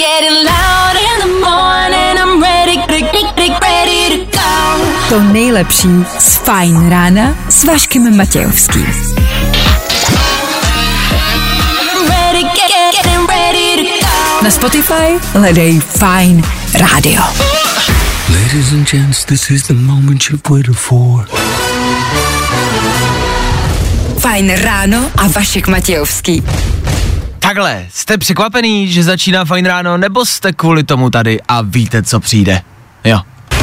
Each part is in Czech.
To nejlepší z Fajn rána s Vaškem Matějovským. Na Spotify hledej Fajn rádio. Ladies and gents, this is the moment you've waited for. Fajn ráno a Vašek Matějovský. Takhle, jste překvapený, že začíná Fajn ráno, nebo jste kvůli tomu tady a víte, co přijde? Jo.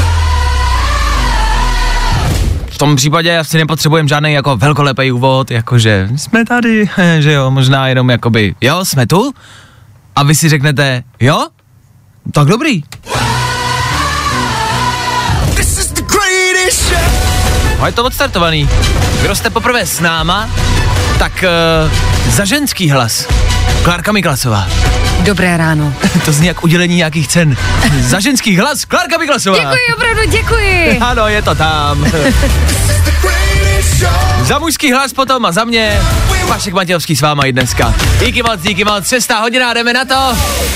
V tom případě asi nepotřebujeme žádný jako velkolepý úvod, jakože jsme tady, že jo, možná jenom jakoby, jo, jsme tu? A vy si řeknete, jo? Tak dobrý. No je to odstartovaný. Kdo jste poprvé s náma, tak za ženský hlas Klárka Miklasová. Dobré ráno. To zní jak udělení nějakých cen. Za ženský hlas Klárka Miklasová. Děkuji, opravdu děkuji. Ano, je to tam. Za mužský hlas potom a za mě Vašek Matějovský s váma i dneska. Díky moc, 6. hodina, jdeme na to.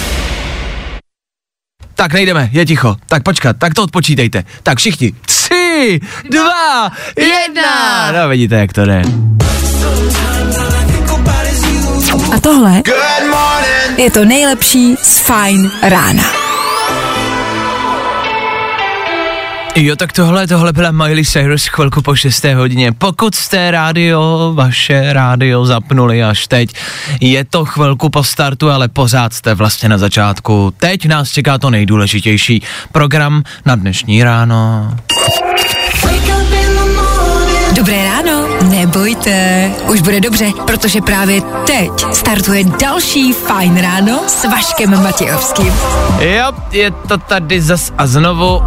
Tak nejdeme, je ticho. Tak počkat, tak to odpočítejte. Tak všichni. 3, 2, 1. No vidíte, jak to jde. A tohle je to nejlepší z Fajn rána. Jo, tak tohle byla Miley Cyrus chvilku po 6. hodině. Pokud jste vaše rádio zapnuli až teď, je to chvilku po startu, ale pořád jste vlastně na začátku. Teď nás čeká to nejdůležitější program na dnešní ráno. Dobré ráno, nebojte, už bude dobře, protože právě teď startuje další Fajn ráno s Vaškem Matějovským. Jo, je to tady zas a znovu.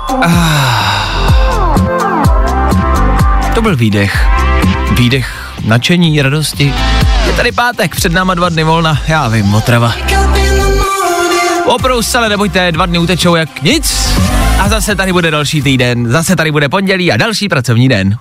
To byl výdech. Výdech nadšení, radosti. Je tady pátek, před náma 2 dny volna, já vím, otrava. Opravdu se ale nebojte, 2 dny utečou jak nic. A zase tady bude další týden, zase tady bude pondělí a další pracovní den.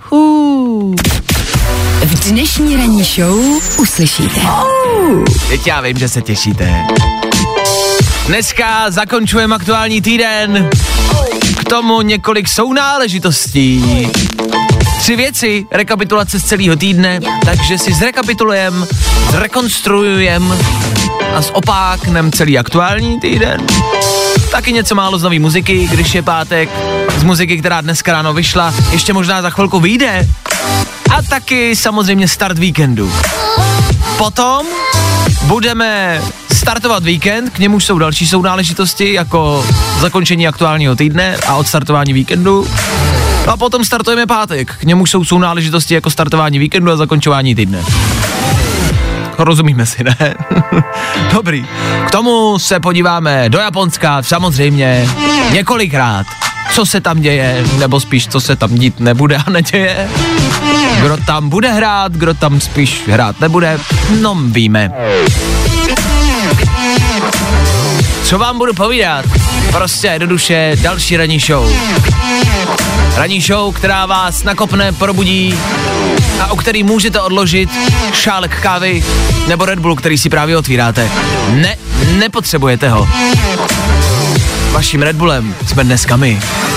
V dnešní ranní show uslyšíte. Teď já vím, že se těšíte. Dneska zakončujeme aktuální týden. K tomu několik sounáležitostí. 3 věci, rekapitulace z celého týdne, takže si zrekapitulujeme, zrekonstruujeme a zopákneme celý aktuální týden. Taky něco málo z nový muziky, když je pátek, z muziky, která dneska ráno vyšla, ještě možná za chvilku vyjde. A taky samozřejmě start víkendu. Potom budeme startovat víkend, k němu jsou další sounáležitosti, jako zakončení aktuálního týdne a odstartování víkendu. A potom startujeme pátek, k němu jsou sounáležitosti jako startování víkendu a zakončování týdne. Rozumíme si, ne? Dobrý. K tomu se podíváme do Japonska, samozřejmě, několikrát. Co se tam děje, nebo spíš, co se tam dít nebude a neděje. Kdo tam bude hrát, kdo tam spíš hrát nebude, no víme. Co vám budu povídat? Prostě jednoduše další ranní show. Ranní show, která vás nakopne, probudí a o který můžete odložit šálek kávy nebo Red Bull, který si právě otvíráte. Nepotřebujete ho. Vaším Red Bullem jsme dneska my.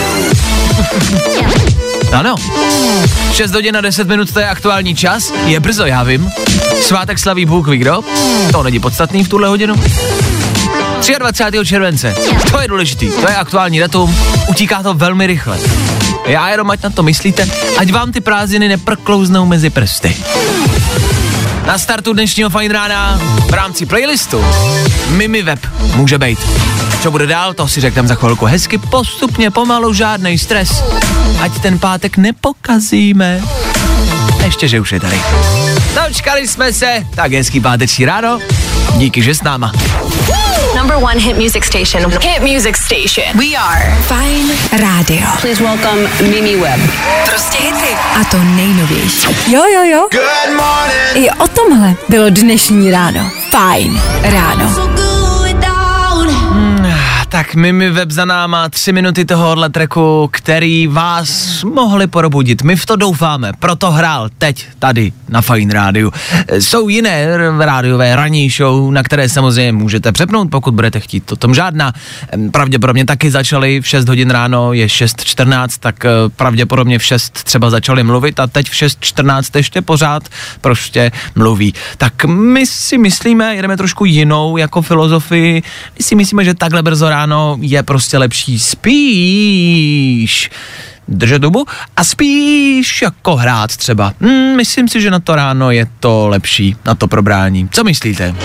Ano. 6 hodin a 10 minut, to je aktuální čas. Je brzo, já vím. Svátek slaví Bůh ví kdo. To není podstatný v tuhle hodinu. 23. července. To je důležitý, to je aktuální datum. Utíká to velmi rychle. Já jenom ať na to myslíte, ať vám ty prázdniny neproklouznou mezi prsty. Na startu dnešního Fajn rána v rámci playlistu Mimi Web může být. Co bude dál, to si řekneme za chvilku. Hezky postupně, pomalu, žádnej stres. Ať ten pátek nepokazíme. Ještě, že už je tady. Dočkali jsme se, tak hezký páteční ráno. Díky, že s náma. Number 1 hit music station. Hit music station. We are Fajn rádio. Please welcome Mimi Web. Prostě hity. A to nejnovější. Jo. Good morning. I o tomhle bylo dnešní ráno. Fajn ráno. tak Mimi Web za náma, 3 minuty tohohle tracku, který vás mohli probudit. My v to doufáme, proto hrál teď tady na Fajn rádiu. Jsou jiné rádiové ranní show, na které samozřejmě můžete přepnout, pokud budete chtít. O tom žádná. Pravděpodobně taky začali v 6 hodin ráno, je 6:14, tak pravděpodobně v 6 třeba začali mluvit a teď v 6:14 ještě pořád prostě mluví. Tak my si myslíme, jedeme trošku jinou jako filozofii, my si myslíme, že takhle brzo ráno je prostě lepší spíš držet dobu a spíš jako hrát třeba. Myslím si, že na to ráno je to lepší, na to probrání. Co myslíte?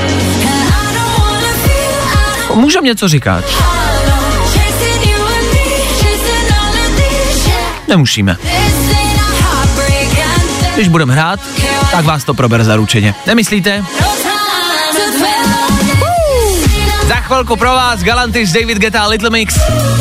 Můžeme něco říkat? Nemusíme. Když budeme hrát, tak vás to probere zaručeně. Nemyslíte? Za chvilku pro vás Galantis, David Guetta, Little Mix.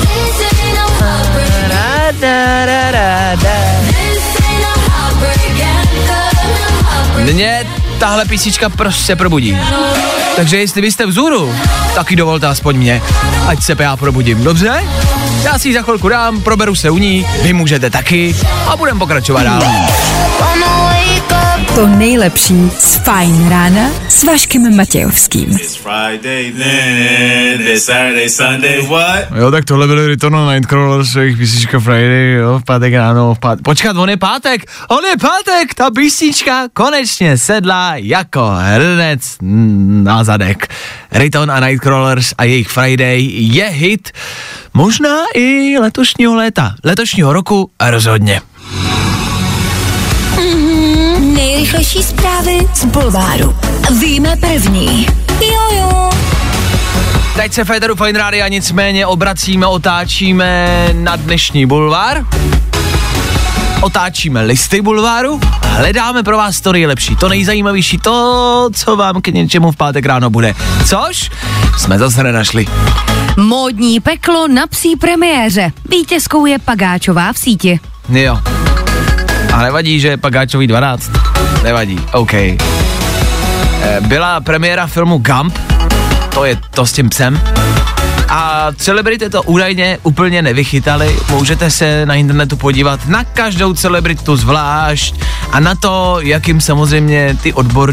Mně tahle písnička prostě probudí. Takže jestli vy jste vzhůru, taky dovolte aspoň mě, ať se já probudím, dobře? Já si ji za chvilku dám, proberu se u ní, vy můžete taky a budeme pokračovat dál. To nejlepší z Fajn rána s Vaškem Matějovským. Jo, tak tohle byly Return on Nightcrawlers, jejich písnička Friday, jo, v pátek ráno, Počkat, on je pátek, ta písnička konečně sedla jako hrnec na zadek. Return on Nightcrawlers a jejich Friday je hit, možná i letošního roku a rozhodně. Nejrychlejší zprávy z bulváru. Víme první. Jojo. Teď se Féteru Fajn rádia nicméně otáčíme na dnešní bulvár. Otáčíme listy bulváru a hledáme pro vás to nejlepší, to nejzajímavější, to, co vám k něčemu v pátek ráno bude. Což jsme zase nenašli. Módní peklo na psí premiéře. Vítězkou je Pagáčová v síti. Jo. A nevadí, že je Pagáčový 12. Nevadí, OK. Byla premiéra filmu Gump, to je to s tím psem. A celebrity to údajně úplně nevychytali. Můžete se na internetu podívat na každou celebritu zvlášť a na to, jakým samozřejmě ty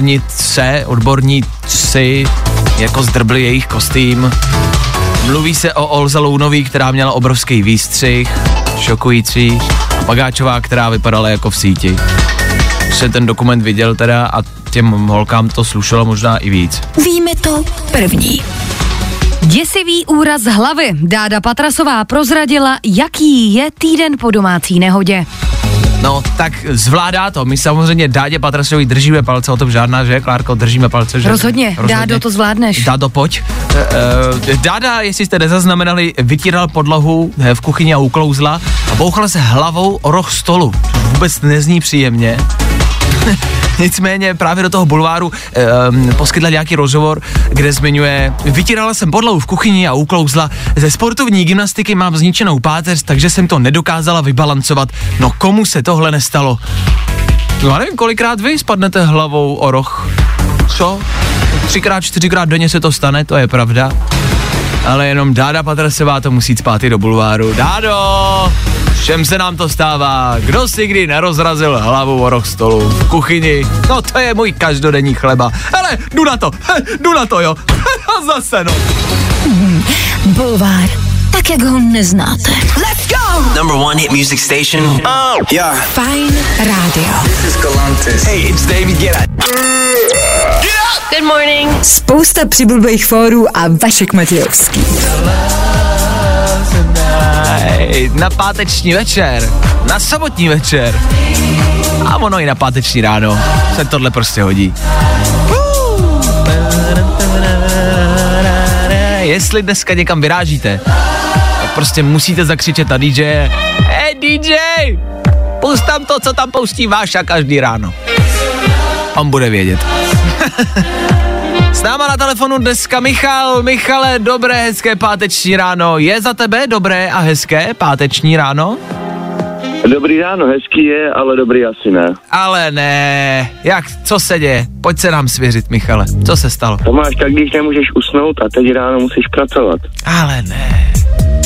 odborníci jako zdrbli jejich kostým. Mluví se o Olze Lounový, která měla obrovský výstřih, šokující. Pagáčová, která vypadala jako v síti. Se ten dokument viděl teda a těm holkám to slušelo možná i víc. Víme to první. Děsivý úraz hlavy. Dáda Patrasová prozradila, jaký je týden po domácí nehodě. No, tak zvládá to. My samozřejmě Dádě Patrasový držíme palce, o tom žádná, že, Klárko, držíme palce, že? Rozhodně. Dádo, to zvládneš. Dádo, pojď. Dáda, jestli jste nezaznamenali, vytíral podlahu v kuchyni a uklouzla a bouchala se hlavou o roh stolu. Vůbec nezní příjemně. Nicméně právě do toho bulváru poskytla nějaký rozhovor, kde zmiňuje: vytírala jsem podlahu v kuchyni a uklouzla, ze sportovní gymnastiky mám zničenou páteř, takže jsem to nedokázala vybalancovat. No komu se tohle nestalo? No já nevím, kolikrát vy spadnete hlavou o roh. Co? 3x, 4x denně se to stane, to je pravda. Ale jenom Dáda Patrasová to musí zpátky do bulváru. Dádo! Všem se nám to stává. Kdo si kdy nerozrazil hlavu o roh stolu v kuchyni? No to je můj každodenní chleba. Hele, jdu na to, jo. A zase, no. Bulvár, tak jak ho neznáte. Let's go! Number one hit music station. Yeah. Fajn rádio. This is Galantis. Hey, it's David Guetta. Good morning. Spousta přibulbých fórů a Vašek Matějovský. Na páteční večer, na sobotní večer a ono i na páteční ráno se tohle prostě hodí. Jestli dneska někam vyrážíte, tak prostě musíte zakřičet na DJ: Hey DJ, pust tam to, co tam poustí Váša každý ráno. On bude vědět. S náma na telefonu dneska Michal. Michale, dobré, hezké páteční ráno. Je za tebe dobré a hezké páteční ráno? Dobrý ráno, hezký je, ale dobrý asi ne. Ale ne. Co se děje? Pojď se nám svěřit, Michale. Co se stalo? To máš tak, když nemůžeš usnout a teď ráno musíš pracovat. Ale ne.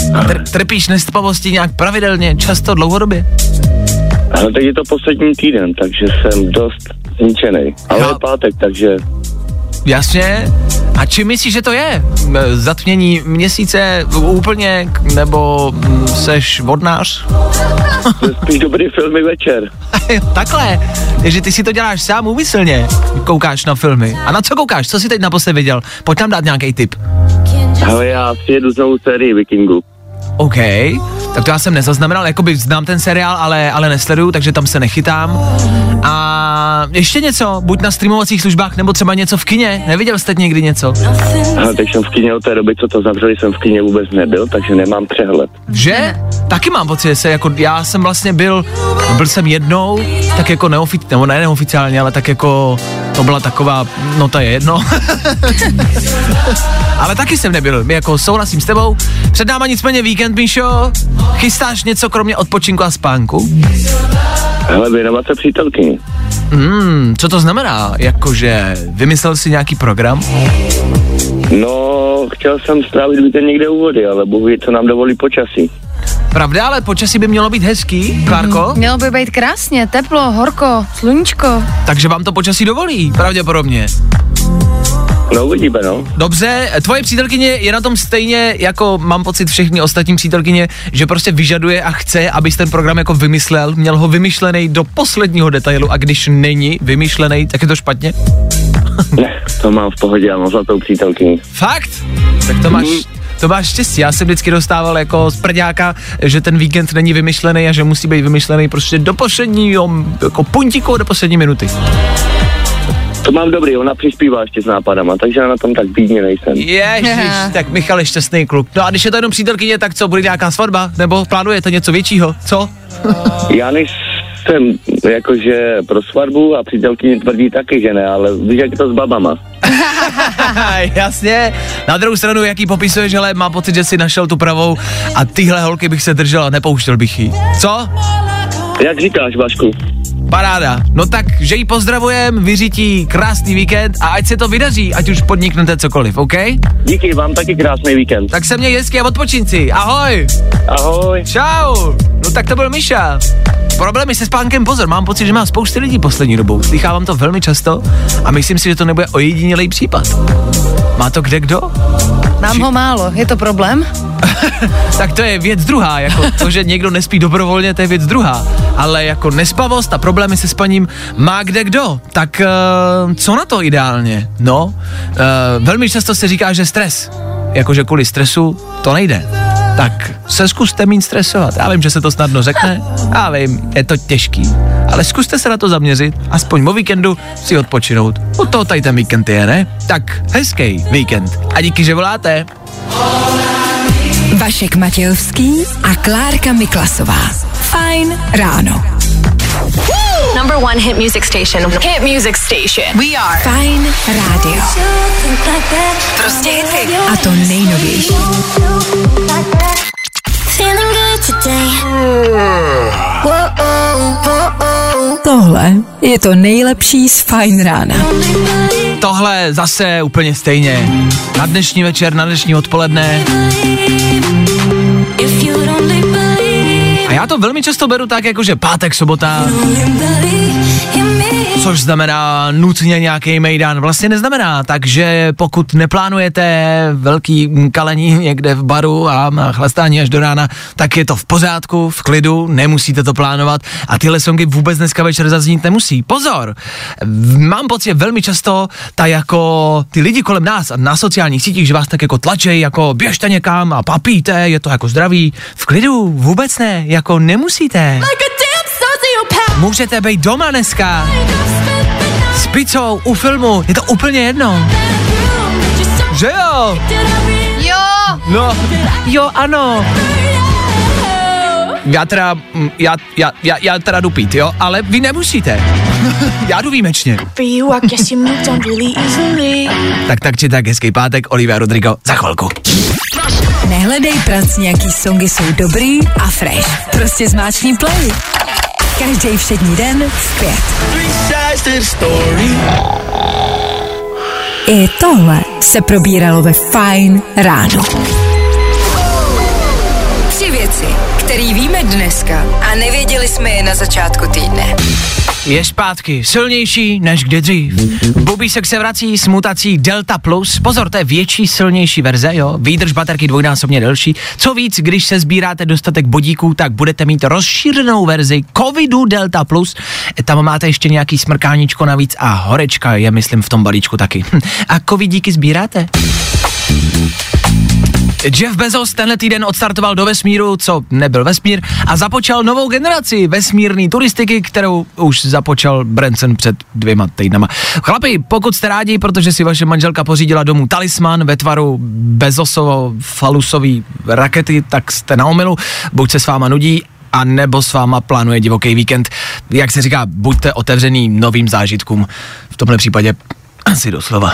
Trpíš nespavostí nějak pravidelně, často, dlouhodobě? Ale teď je to poslední týden, takže jsem dost zničený. Ale je pátek, takže... Jasně. A čím myslíš, že to je? Zatmění měsíce úplně, nebo seš vodnář? To je spíš dobrý filmy večer. Takhle, takže ty si to děláš sám úmyslně, koukáš na filmy. A na co koukáš? Co jsi teď naposled viděl? Pojď nám dát nějaký tip. Ale já si jedu znovu sérii Vikingu. OK, tak to já jsem nezaznamenal, jakoby znám ten seriál, ale nesleduju, takže tam se nechytám. A ještě něco, buď na streamovacích službách, nebo třeba něco v kině, neviděl jste někdy něco? Ale teď jsem v kině od té doby, co to zavřeli, jsem v kině vůbec nebyl, takže nemám přehled. Že? Taky mám pocit, že já jsem vlastně byl jsem jednou, tak jako neoficiálně, ale tak jako, to byla taková, no to je jedno. Ale taky jsem nebyl, jako souhlasím s tebou. Před náma nicméně víkend, Míšo, chystáš něco kromě odpočinku a spánku? Hele, věnovat se přítelkyni. Co to znamená? Jakože vymyslel jsi nějaký program? No, chtěl jsem strávit víkend někde u vody, ale Bůh ví, co nám dovolí počasí. Pravda, ale počasí by mělo být hezký, Klárko? Mělo by být krásně, teplo, horko, sluníčko. Takže vám to počasí dovolí, pravděpodobně. No, uvidíme, no. Dobře, tvoje přítelkyně je na tom stejně, jako mám pocit všechny ostatní přítelkyně, že prostě vyžaduje a chce, abys ten program jako vymyslel, měl ho vymyšlený do posledního detailu a když není vymyšlený, tak je to špatně? Ne, to mám v pohodě, já mám zlatou přítelkyni. Fakt? Tak to máš štěstí, já jsem vždycky dostával jako z prďáka, že ten víkend není vymyšlený a že musí být vymyšlený prostě do posledního, jako puntíku do poslední minuty. To mám dobrý, ona přispívá ještě s nápadama, takže já na tom tak bídně nejsem. Ježiš, tak Michal je šťastný kluk. No a když je to jenom přítelkyně, tak co, bude nějaká svatba? Nebo plánujete něco většího? Co? Já nejsem jakože pro svatbu a přítelkyně tvrdí taky, že ne, ale víš, jak je to s babama. Jasně. Na druhou stranu, jaký popisuješ, hele, mám pocit, že jsi našel tu pravou a tyhle holky bych se držel a nepouštěl bych jí. Co? Jak říkáš, Vašku? Paráda. No tak, že jí pozdravujem, vyřítí krásný víkend a ať se to vydaří, ať už podniknete cokoliv, OK? Díky, vám taky krásný víkend. Tak se měj hezky a odpočin si. Ahoj. Ahoj. Čau. No tak to byl Míša. Problémy se spánkem, pozor, mám pocit, že má spousty lidí poslední dobou. Slychávám to velmi často a myslím si, že to nebude ojedinělej případ. Má to kdo? Mám ho málo, je to problém? Tak to je věc druhá, jako to, že někdo nespí dobrovolně, to je věc druhá. Ale jako nespavost a problémy se spaním má kdo. Tak co na to ideálně? No, velmi často se říká, že stres. Jakože kvůli stresu to nejde. Tak se zkuste méně stresovat. Já vím, že se to snadno řekne, já vím, je to těžký. Ale zkuste se na to zaměřit, aspoň o víkendu si odpočinout. U toho tady ten víkend je, ne? Tak hezký víkend. A díky, že voláte. Vašek Matějovský a Klárka Miklasová. Fajn ráno. Number one hit music station. Hit music station. We are Fajn rádio. Prostě hity. A to nejnovější. Tohle je to nejlepší z Fajn rána. Tohle zase úplně stejně. Na dnešní večer, na dnešní odpoledne. A já to velmi často beru tak, jakože pátek, sobota, což znamená nutně nějaký mejdan. Vlastně neznamená, takže pokud neplánujete velký kalení někde v baru a chlastání až do rána, tak je to v pořádku, v klidu, nemusíte to plánovat a tyhle songy vůbec dneska večer zaznít nemusí. Pozor! Mám pocit velmi často jako ty lidi kolem nás a na sociálních sítích, že vás tak jako tlačej, jako běžte někam a papíte, je to jako zdraví. V klidu vůbec ne, jako nemusíte. Můžete být doma dneska s pizzou u filmu, je to úplně jedno. Že jo? Jo! No, jo, ano. Já teda jdu pít, jo, ale vy nemusíte. Já jdu výjimečně. Tak či tak, hezký pátek, Olivia Rodrigo, za chvilku. Nehledej pracňaký songy jsou dobrý a fresh. Prostě zmáčkni play. Každý všední den v 5. I tohle se probíralo ve Fajn ráno. který víme dneska a nevěděli jsme je na začátku týdne. Je zpátky, silnější než kdy dřív. Bubísek se vrací s mutací Delta Plus. Pozor, to je větší, silnější verze, jo. Výdrž baterky dvojnásobně delší. Co víc, když se sbíráte dostatek bodíků, tak budete mít rozšířenou verzi Covidu Delta Plus. Tam máte ještě nějaký smrkáníčko navíc a horečka je, myslím, v tom balíčku taky. A covidíky sbíráte? Jeff Bezos tenhle týden odstartoval do vesmíru, co nebyl vesmír, a započal novou generaci vesmírné turistiky, kterou už započal Branson před 2 týdnama. Chlapi, pokud jste rádi, protože si vaše manželka pořídila domů talisman ve tvaru Bezosovo falusový rakety, tak jste na omylu, buď se s váma nudí, a nebo s váma plánuje divoký víkend. Jak se říká, buďte otevřený novým zážitkům. V tomhle případě asi doslova.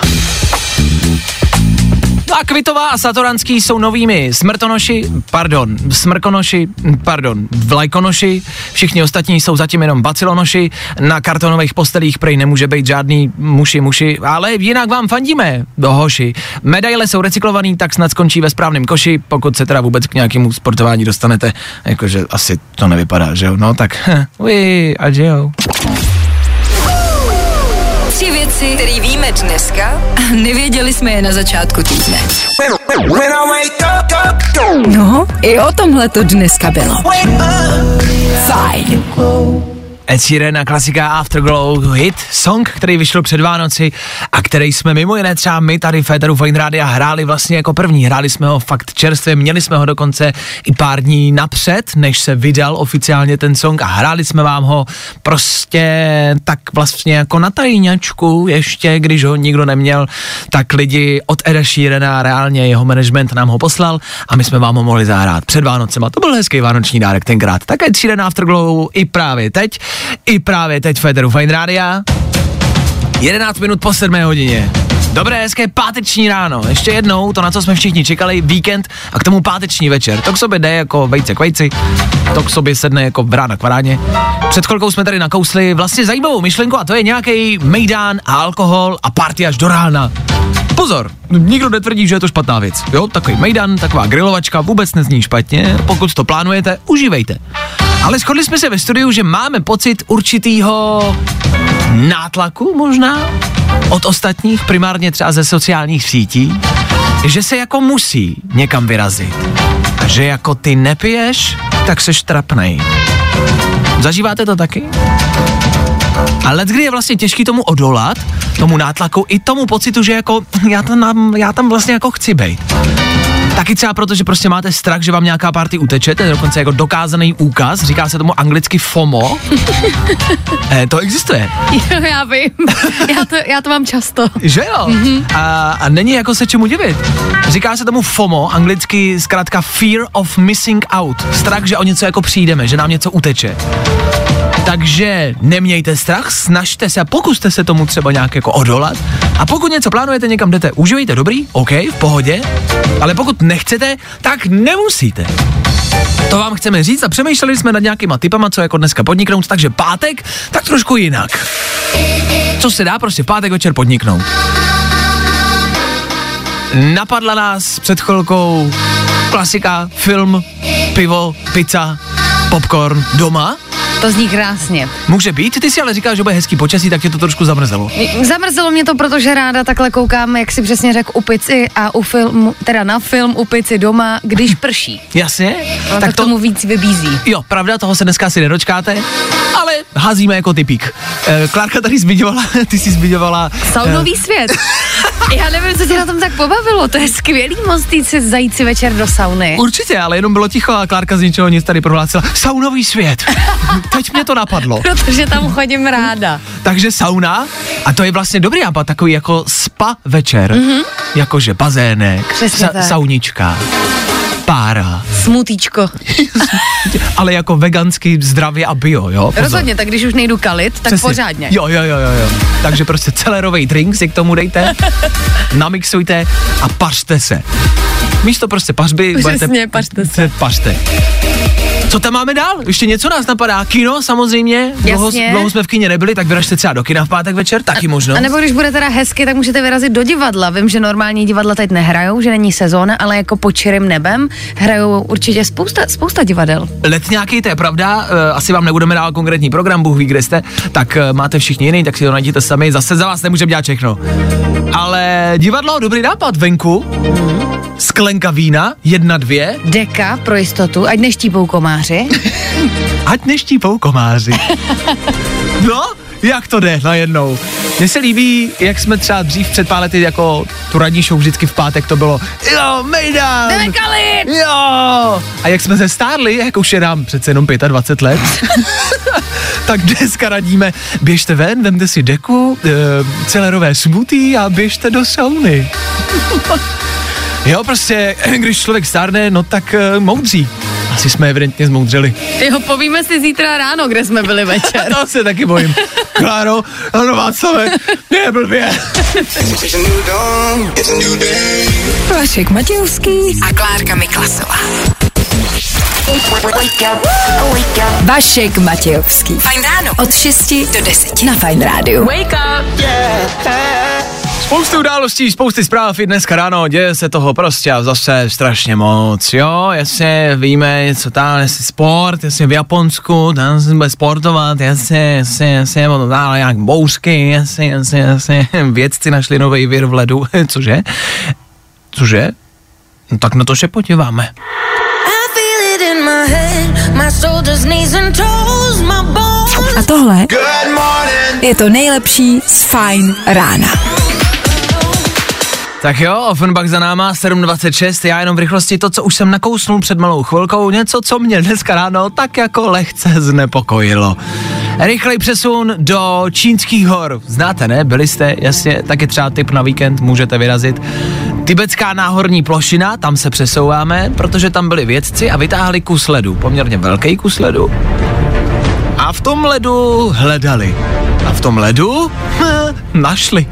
A Kvitová a Satoranský jsou novými smrkonoši, vlajkonoši, všichni ostatní jsou zatím jenom bacilonoši, na kartonových postelích prej nemůže být žádný muši, ale jinak vám fandíme, hoši. Medaile jsou recyklovaný, tak snad skončí ve správném koši, pokud se teda vůbec k nějakému sportování dostanete, jakože asi to nevypadá, že jo, no tak, a že jo. 3 věci, které víme dneska a nevěděli jsme je na začátku týdne. No, i o tomhle to dneska bylo. Fajn. Ed Sheeran, klasika Afterglow, hit, song, který vyšel před Vánoci a který jsme mimo jiné třeba my tady v éteru Fajn Rádia hráli vlastně jako první. Hráli jsme ho fakt čerstvě, měli jsme ho dokonce i pár dní napřed, než se vydal oficiálně ten song, a hráli jsme vám ho prostě tak vlastně jako na tajňačku, ještě když ho nikdo neměl, tak lidi od Eda Sheerana, reálně jeho management nám ho poslal a my jsme vám ho mohli zahrát před Vánocema. To byl hezký vánoční dárek tenkrát. Tak Ed Sheeran Afterglow i právě teď v éteru Fajn Rádia. 11 minut po 7 hodině. Dobré, hezké páteční ráno. Ještě jednou to, na co jsme všichni čekali, víkend a k tomu páteční večer. To k sobě jde jako vejce k vejci, to k sobě sedne jako vrána k varáně. Před chvilkou jsme tady nakousli vlastně zajímavou myšlenku a to je nějaký mejdán a alkohol a party až do rána. Pozor, nikdo netvrdí, že je to špatná věc. Jo, takový mejdan, taková grilovačka vůbec nezní špatně, pokud to plánujete, užívejte. Ale shodli jsme se ve studiu, že máme pocit určitýho nátlaku možná od ostatních, primárně třeba ze sociálních sítí, že se jako musí někam vyrazit. A že jako ty nepiješ, tak seš trapnej. Zažíváte to taky? A leckdy je vlastně těžký tomu odolat, tomu nátlaku i tomu pocitu, že jako já tam vlastně jako chci bejt. Taky třeba proto, že prostě máte strach, že vám nějaká party uteče, to je dokonce jako dokázaný úkaz, říká se tomu anglicky FOMO. To existuje. Jo, já vím. Já to mám často. Že jo? Mm-hmm. A není jako se čemu divit. Říká se tomu FOMO, anglicky zkrátka Fear of Missing Out. Strach, že o něco jako přijdeme, že nám něco uteče. Takže nemějte strach, snažte se a pokuste se tomu třeba nějak jako odolat. A pokud něco plánujete, někam jdete, užívejte, dobrý, OK, v pohodě, ale pokud nechcete, tak nemusíte. To vám chceme říct a přemýšleli jsme nad nějakýma tipama, co jako dneska podniknout, takže pátek, tak trošku jinak. Co se dá prostě v pátek večer podniknout? Napadla nás před chvilkou klasika, film, pivo, pizza, popcorn doma. To zní krásně. Může být, ty si ale říkáš, že bude hezký počasí, tak tě to trošku zamrzelo. Zamrzelo mě to, protože ráda takhle koukám, jak si přesně řekl, u pici a na film u pici doma, když prší. Jasně. No, tak tomu víc vybízí. Jo, pravda, toho se dneska asi nedočkáte, ale házíme jako typík. Klárka tady ty jsi zmiňovala... Saunový svět. Já nevím, co tě na tom tak pobavilo, to je skvělý moc zajít si večer do sauny. Určitě, ale jenom bylo ticho a Klárka z ničeho nic tady prohlásila. Saunový svět. Teď mě to napadlo. Protože tam chodím ráda. Takže sauna, a to je vlastně dobrý nápad, takový jako spa večer. Mm-hmm. Jakože bazének, saunička, pára. Smutíčko. Ale jako vegansky, zdravě a bio, jo? Pozor. Rozhodně, tak když už nejdu kalit, tak přesně. Pořádně. Jo. Takže prostě celerový drink si k tomu dejte, namixujte a pařte se. Místo prostě pařby přesně, pařte se. Pařte. Co tam máme dál? Ještě něco nás napadá? Kino samozřejmě. Dlouho jsme v kině nebyli, tak vyražte třeba do kina v pátek večer, taky možno. A nebo když bude teda hezky, tak můžete vyrazit do divadla. Vím, že normální divadla teď nehrajou, že není sezóna, ale jako pod čirým nebem hrajou určitě spousta divadel. Letňáky, to je pravda, asi vám nebudeme dál konkrétní program, Bůh ví, kde jste, tak máte všichni jiný, tak si to najděte sami, zase za vás nemůžeme dělat všechno. Ale divadlo, dobrý nápad, venku, sklenka vína, 1, 2. Deka pro jistotu, ať neštípou komáři. Ať neštípou komáři. No, jak to jde najednou. Mně se líbí, jak jsme třeba dřív před pár lety jako tu radní show vždycky v pátek to bylo jo, Mejdan! Jdeme kalit! Jo! A jak jsme se stárli, jak už je nám přece jenom 25 let, tak dneska radíme, běžte ven, vemte si deku, celerové smoothie a běžte do sauny. Jo, prostě, když člověk stárne, no tak moudří. Asi jsme evidentně zmoudřeli. Jo, povíme si zítra ráno, kde jsme byli večer. To se taky bojím. Kláro, ano Václave, ne blbě. Vašek Matějovský a Klárka Miklasová. Vašek Matějovský. Fajn ráno. Od 6 do 10 na Fajn rádiu. Wake up! Spoustu událostí, spousty zpráv i dneska ráno, děje se toho prostě a zase strašně moc, jo, jasně víme, co tam, jestli sport, jasně v Japonsku, tam se bude sportovat, jasně, potom dále nějak bouřky, jasně, vědci našli nový vir v ledu, cože? No tak na to se podíváme. A tohle je to nejlepší z Fajn rána. Tak jo, Offenbach za náma, 7:26, já jenom v rychlosti to, co už jsem nakousnul před malou chvilkou, něco, co mě dneska ráno tak jako lehce znepokojilo. Rychlej přesun do Čínských hor, znáte, ne? Byli jste, jasně, taky třeba tip na víkend, můžete vyrazit. Tibetská náhorní plošina, tam se přesouváme, protože tam byli vědci a vytáhli kus ledu, poměrně velký kus ledu. A v tom ledu hledali. A v tom ledu našli.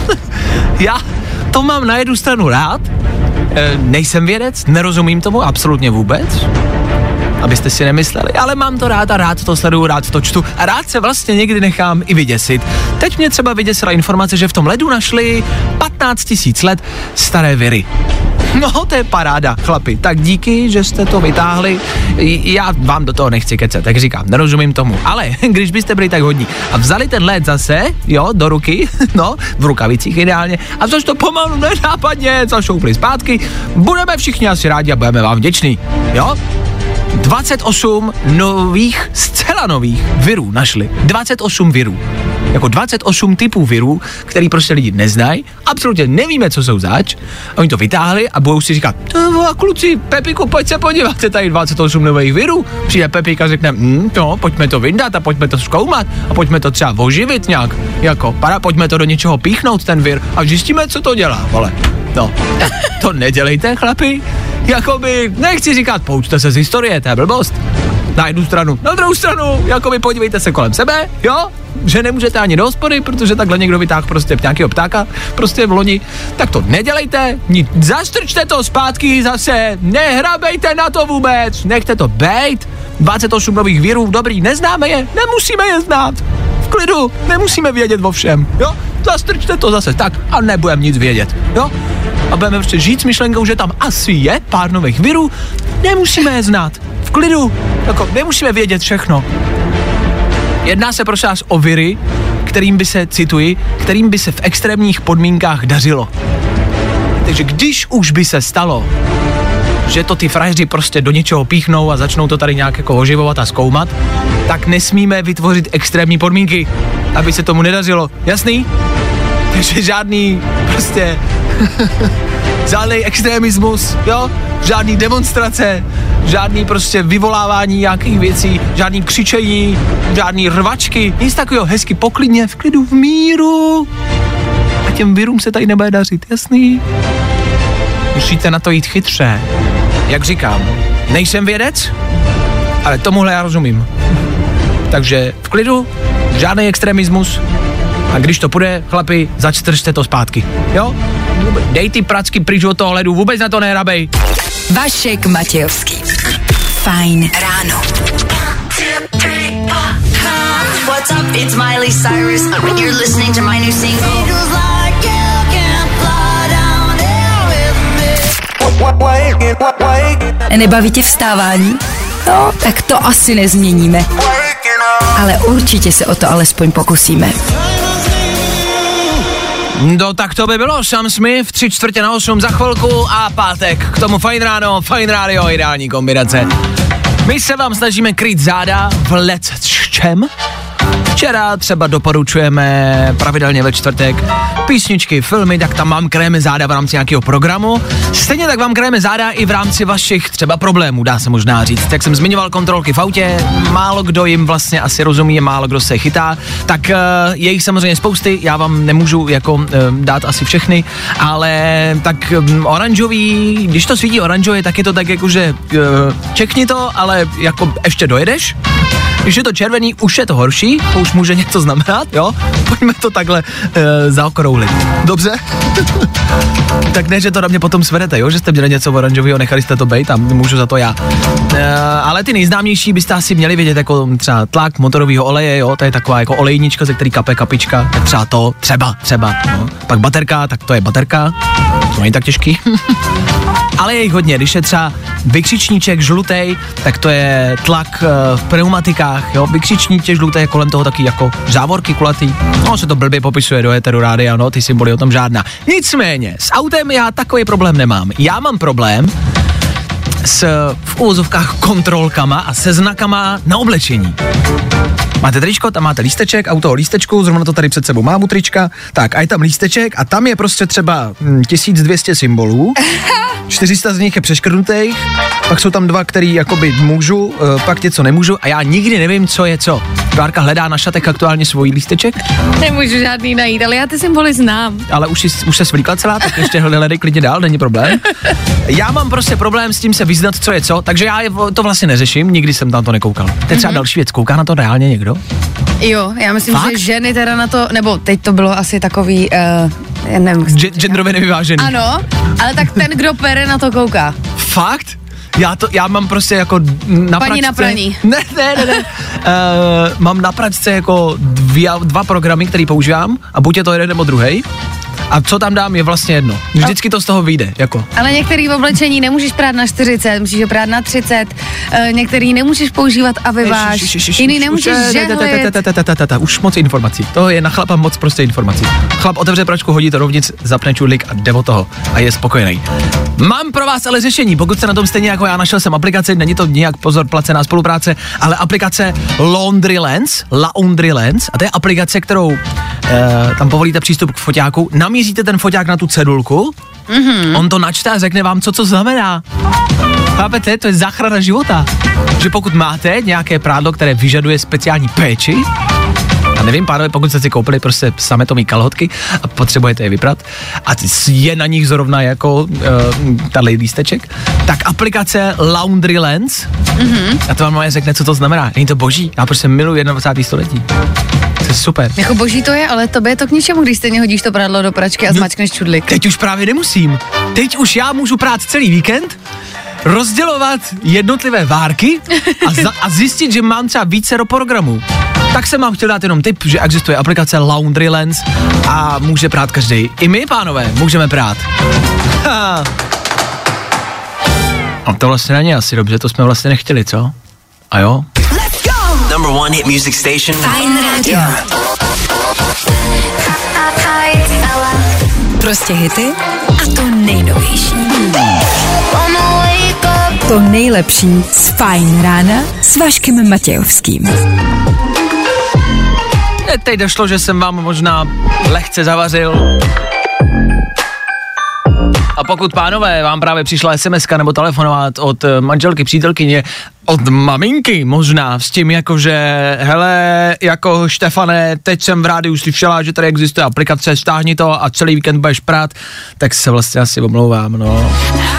Já to mám na jednu stranu rád, nejsem vědec, nerozumím tomu absolutně vůbec, abyste si nemysleli, ale mám to rád a rád to sleduju, rád to čtu a rád se vlastně někdy nechám i vyděsit. Teď mě třeba vyděsila informace, že v tom ledu našli 15 000 let staré viry. No, to je paráda, chlapi. Tak díky, že jste to vytáhli. Já vám do toho nechci kecat, tak říkám, nerozumím tomu. Ale když byste byli tak hodní a vzali ten led zase, jo, do ruky, no, v rukavicích ideálně, a což to pomalu nenápadně zašoupli zpátky, budeme všichni asi rádi a budeme vám vděční, jo? 28 nových, zcela nových virů našli. 28 virů. Jako 28 typů virů, který prostě lidi neznají, absolutně nevíme, co jsou zač. A oni to vytáhli a budou si říkat, kluci, Pepiku, pojď se podívat, je tady 28 nových virů. Přijde Pepika a řekne, no, pojďme to vyndat a pojďme to zkoumat a pojďme to třeba oživit nějak, jako, pojďme to do něčeho píchnout, ten vir, a zjistíme, co to dělá, vole. No, to nedělejte, chlapi. Jakoby, nechci říkat, poučte se z historie, to je blbost. Na jednu stranu, na druhou stranu, jakoby podívejte se kolem sebe, jo? Že nemůžete ani do hospody, protože takhle někdo vytáhl prostě nějakého ptáka, prostě v loni. Tak to nedělejte, zastrčte to zpátky zase, nehrabejte na to vůbec, nechte to bejt. 28 nových virů, dobrý, neznáme je, nemusíme je znát. V klidu, nemusíme vědět o všem, jo? Zastrčte to zase tak a nebudeme nic vědět, jo? A budeme prostě žít s myšlenkou, že tam asi je pár nových virů, nemusíme je znát. V klidu, jako nemusíme vědět všechno. Jedná se prosím vás o viry, kterým by se, cituji, kterým by se v extrémních podmínkách dařilo. Takže když už by se stalo, že to ty frajeři prostě do něčeho píchnou a začnou to tady nějak jako oživovat a zkoumat, tak nesmíme vytvořit extrémní podmínky, aby se tomu nedařilo. Jasný? Takže žádný prostě žádný extremismus, jo? Žádný demonstrace, žádný prostě vyvolávání nějakých věcí, žádný křičení, žádný rvačky, nic takového, hezky poklidně, v klidu, v míru. A těm virům se tady nebude dařit, jasný? Musíte na to jít chytře. Jak říkám, nejsem vědec, ale tomuhle já rozumím. Takže v klidu, žádný extremismus, a když to půjde, chlapi, začtržte to zpátky, jo? Dej ty pracky pryč od toho ledu, vůbec na to nehrabej. Vašek Matějovský. Fajn ráno. What's up? It's Miley Cyrus. You're listening to my new single. Nebaví tě vstávání? No, tak to asi nezměníme. Ale určitě se o to alespoň pokusíme. No tak to by bylo, Sam Smith, 7:45 za chvilku a pátek. K tomu Fajn ráno, Fajn rádio, ideální kombinace. My se vám snažíme kryt záda v lecčem. Včera třeba doporučujeme pravidelně ve čtvrtek písničky, filmy, tak tam mám kréme záda v rámci nějakého programu. Stejně tak vám kréme záda i v rámci vašich třeba problémů, dá se možná říct. Jak jsem zmiňoval kontrolky v autě, málo kdo jim vlastně asi rozumí, málo kdo se chytá, tak je jich samozřejmě spousty, já vám nemůžu jako dát asi všechny, ale tak oranžový, když to svítí oranžově, tak je to tak jako, že čekni to, ale jako ještě dojedeš. Když je to červený, už je to horší, to už může něco znamenat, jo? Pojďme to takhle zaokrouhlit. Dobře? Tak ne, že to na mě potom svedete, jo? Že jste měli něco oranžového, nechali jste to bejt a můžu za to já. Ale ty nejznámější byste asi měli vědět, jako třeba tlak motorového oleje, jo? To je taková jako olejnička, ze který kape kapička, tak třeba to, třeba. No. Pak baterka, tak to je baterka, to není tak těžký. Ale je jich hodně, když je třeba vykřičníček žlutej, tak to je tlak v pneumatikách, jo, vykřičníček žlutej je kolem toho taky jako závorky kulatý, no se to blbě popisuje do éteru rádia, no, ty symboly o tom žádná. Nicméně, s autem já takový problém nemám, já mám problém s v úvozovkách kontrolkama a se znakama na oblečení. Máte tričko, tam máte lísteček, a u toho lístečku, zrovna to tady před sebou mám u trička, tak a je tam lísteček a tam je prostě třeba 1200 symbolů, 400 z nich je přeškrtnutých, pak jsou tam 2, který jakoby můžu, pak něco nemůžu a já nikdy nevím, co je co. Klárka hledá na šatek aktuálně svůj lísteček. Nemůžu žádný najít, ale já ty symboly znám. Ale už se svlíkla celá, tak ještě hledej klidně dál, není problém. Já mám prostě problém s tím se vyznat, co je co, takže já to vlastně neřeším, nikdy jsem tam to nekoukal. To je třeba další věc, kouká na to reálně někdo? Jo, já myslím, Fakt? že ženy teda na to, nebo teď to bylo asi takový, já nevím. Genderově nevyvážený. Ano, ale tak ten, kdo pere, na to kouká. Fakt? Já mám prostě jako na Paní pračce... na praní. Ne. Mám na pračce jako 2 programy, který používám a buď je to jeden nebo druhej. A co tam dám je vlastně jedno. Vždycky to z toho vyjde, jako. Ale některý oblečení nemůžeš prát na 40, musíš je prát na 30, některý nemůžeš používat a vyváž, jiný nemůžeš žehlit. Už moc informací, to je na chlapa moc prostě informací. Chlap otevře pračku, hodí to dovnitř, zapne čudlík a jde od toho a je spokojený. Mám pro vás ale řešení, pokud jste na tom stejně jako já, našel jsem aplikaci, není to nijak pozor placená spolupráce, ale aplikace Laundry Lens, a to je aplikace, kterou tam povolíte přístup k foťáku, namíříte ten foťák na tu cedulku, on to načte a řekne vám, co znamená. Chápete? To je záchrana života. Že pokud máte nějaké prádlo, které vyžaduje speciální péči, a nevím, pánové, pokud jste si koupili prostě sametový kalhotky a potřebujete je vyprat a je na nich zrovna jako tato lísteček, tak aplikace Laundry Lens a to vám řekne, co to znamená. Není to boží, já prostě miluji 21. století. To je super. Jako boží to je, ale tobě je to k ničemu, když stejně hodíš to prádlo do pračky a zmačkneš čudlik. Teď už právě nemusím. Teď už já můžu prát celý víkend, rozdělovat jednotlivé várky a zjistit, že mám třeba vícero programů. Tak jsem vám chtěl dát jenom tip, že existuje aplikace Laundry Lens a může prát každý. I my, pánové, můžeme prát. A to vlastně není asi dobře, to jsme vlastně nechtěli, co? A jo? Let's go! Number 1 hit music station. Fajn rádio. Prostě hity a to nejnovější. To nejlepší z Fajn rána s Vaškem Matějovským. Teď došlo, že jsem vám možná lehce zavařil. A pokud, pánové, vám právě přišla SMS-ka nebo telefonovat od manželky, přítelkyně, od maminky možná, s tím jako, že hele, jako Štefane, teď jsem v rádiu slyšela, že tady existuje aplikace, stáhni to a celý víkend budeš prát, tak se vlastně asi omlouvám, no.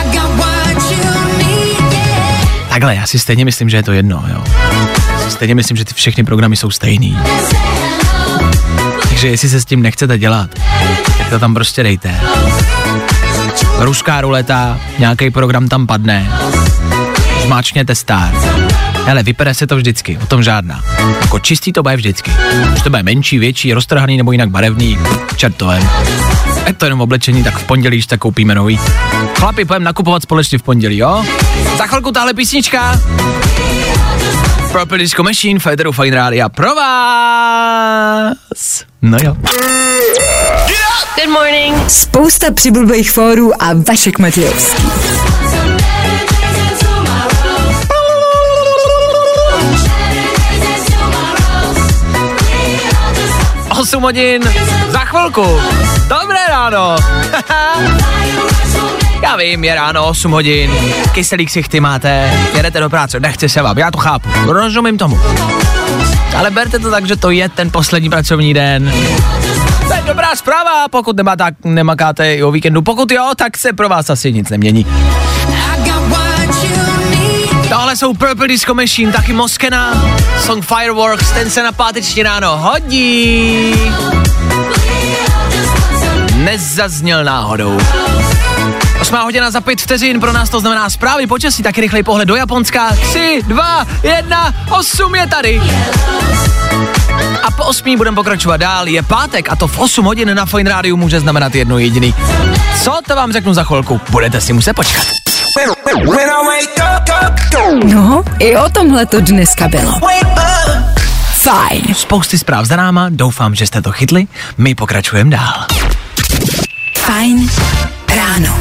Takhle, já si stejně myslím, že je to jedno, jo. Stejně myslím, že ty všechny programy jsou stejný. Takže jestli se s tím nechcete dělat, tak to tam prostě dejte. Ruská ruleta, nějaký program tam padne. zmáčkněte start. Hele, vypere se to vždycky, o tom žádná. Jako čistý to bude vždycky. Už to bude menší, větší, roztrhaný nebo jinak barevný, čertovém. Je to jenom oblečení, tak v pondělí tak koupíme nový. Chlapi, půjdeme nakupovat společně v pondělí, jo? Za chvilku tahle písnička. Purple Disco Machine, Federu Fine Rádia pro vás. No jo. Good morning. Spousta přibulbých fórů a Vašek Matějovský. Osm hodin za chvilku. Dobré ráno. Já vím, je ráno, 8 hodin, kyselý ksichty máte, jedete do práce, nechce se vám, já to chápu, rozumím tomu. Ale berte to tak, že to je ten poslední pracovní den. To je dobrá zpráva, pokud nemakáte i o víkendu, pokud jo, tak se pro vás asi nic nemění. Tohle jsou Purple Disco Machine, taky Moskena, song Fireworks, ten se na páteční ráno hodí. Nezazněl náhodou. 8 hodina za 5 vteřin, pro nás to znamená zprávy počasí, taky rychlej pohled do Japonska. 3, 2, 1, 8 je tady. A po 8 budeme pokračovat dál, je pátek a to v 8 hodin na Fine Rádiu může znamenat jedno jediný. Co, to vám řeknu za chvilku, budete si muset počkat. No, i o tomhle to dneska bylo. Fajn. Spousty zpráv za náma, doufám, že jste to chytli, my pokračujeme dál. Fajn ráno.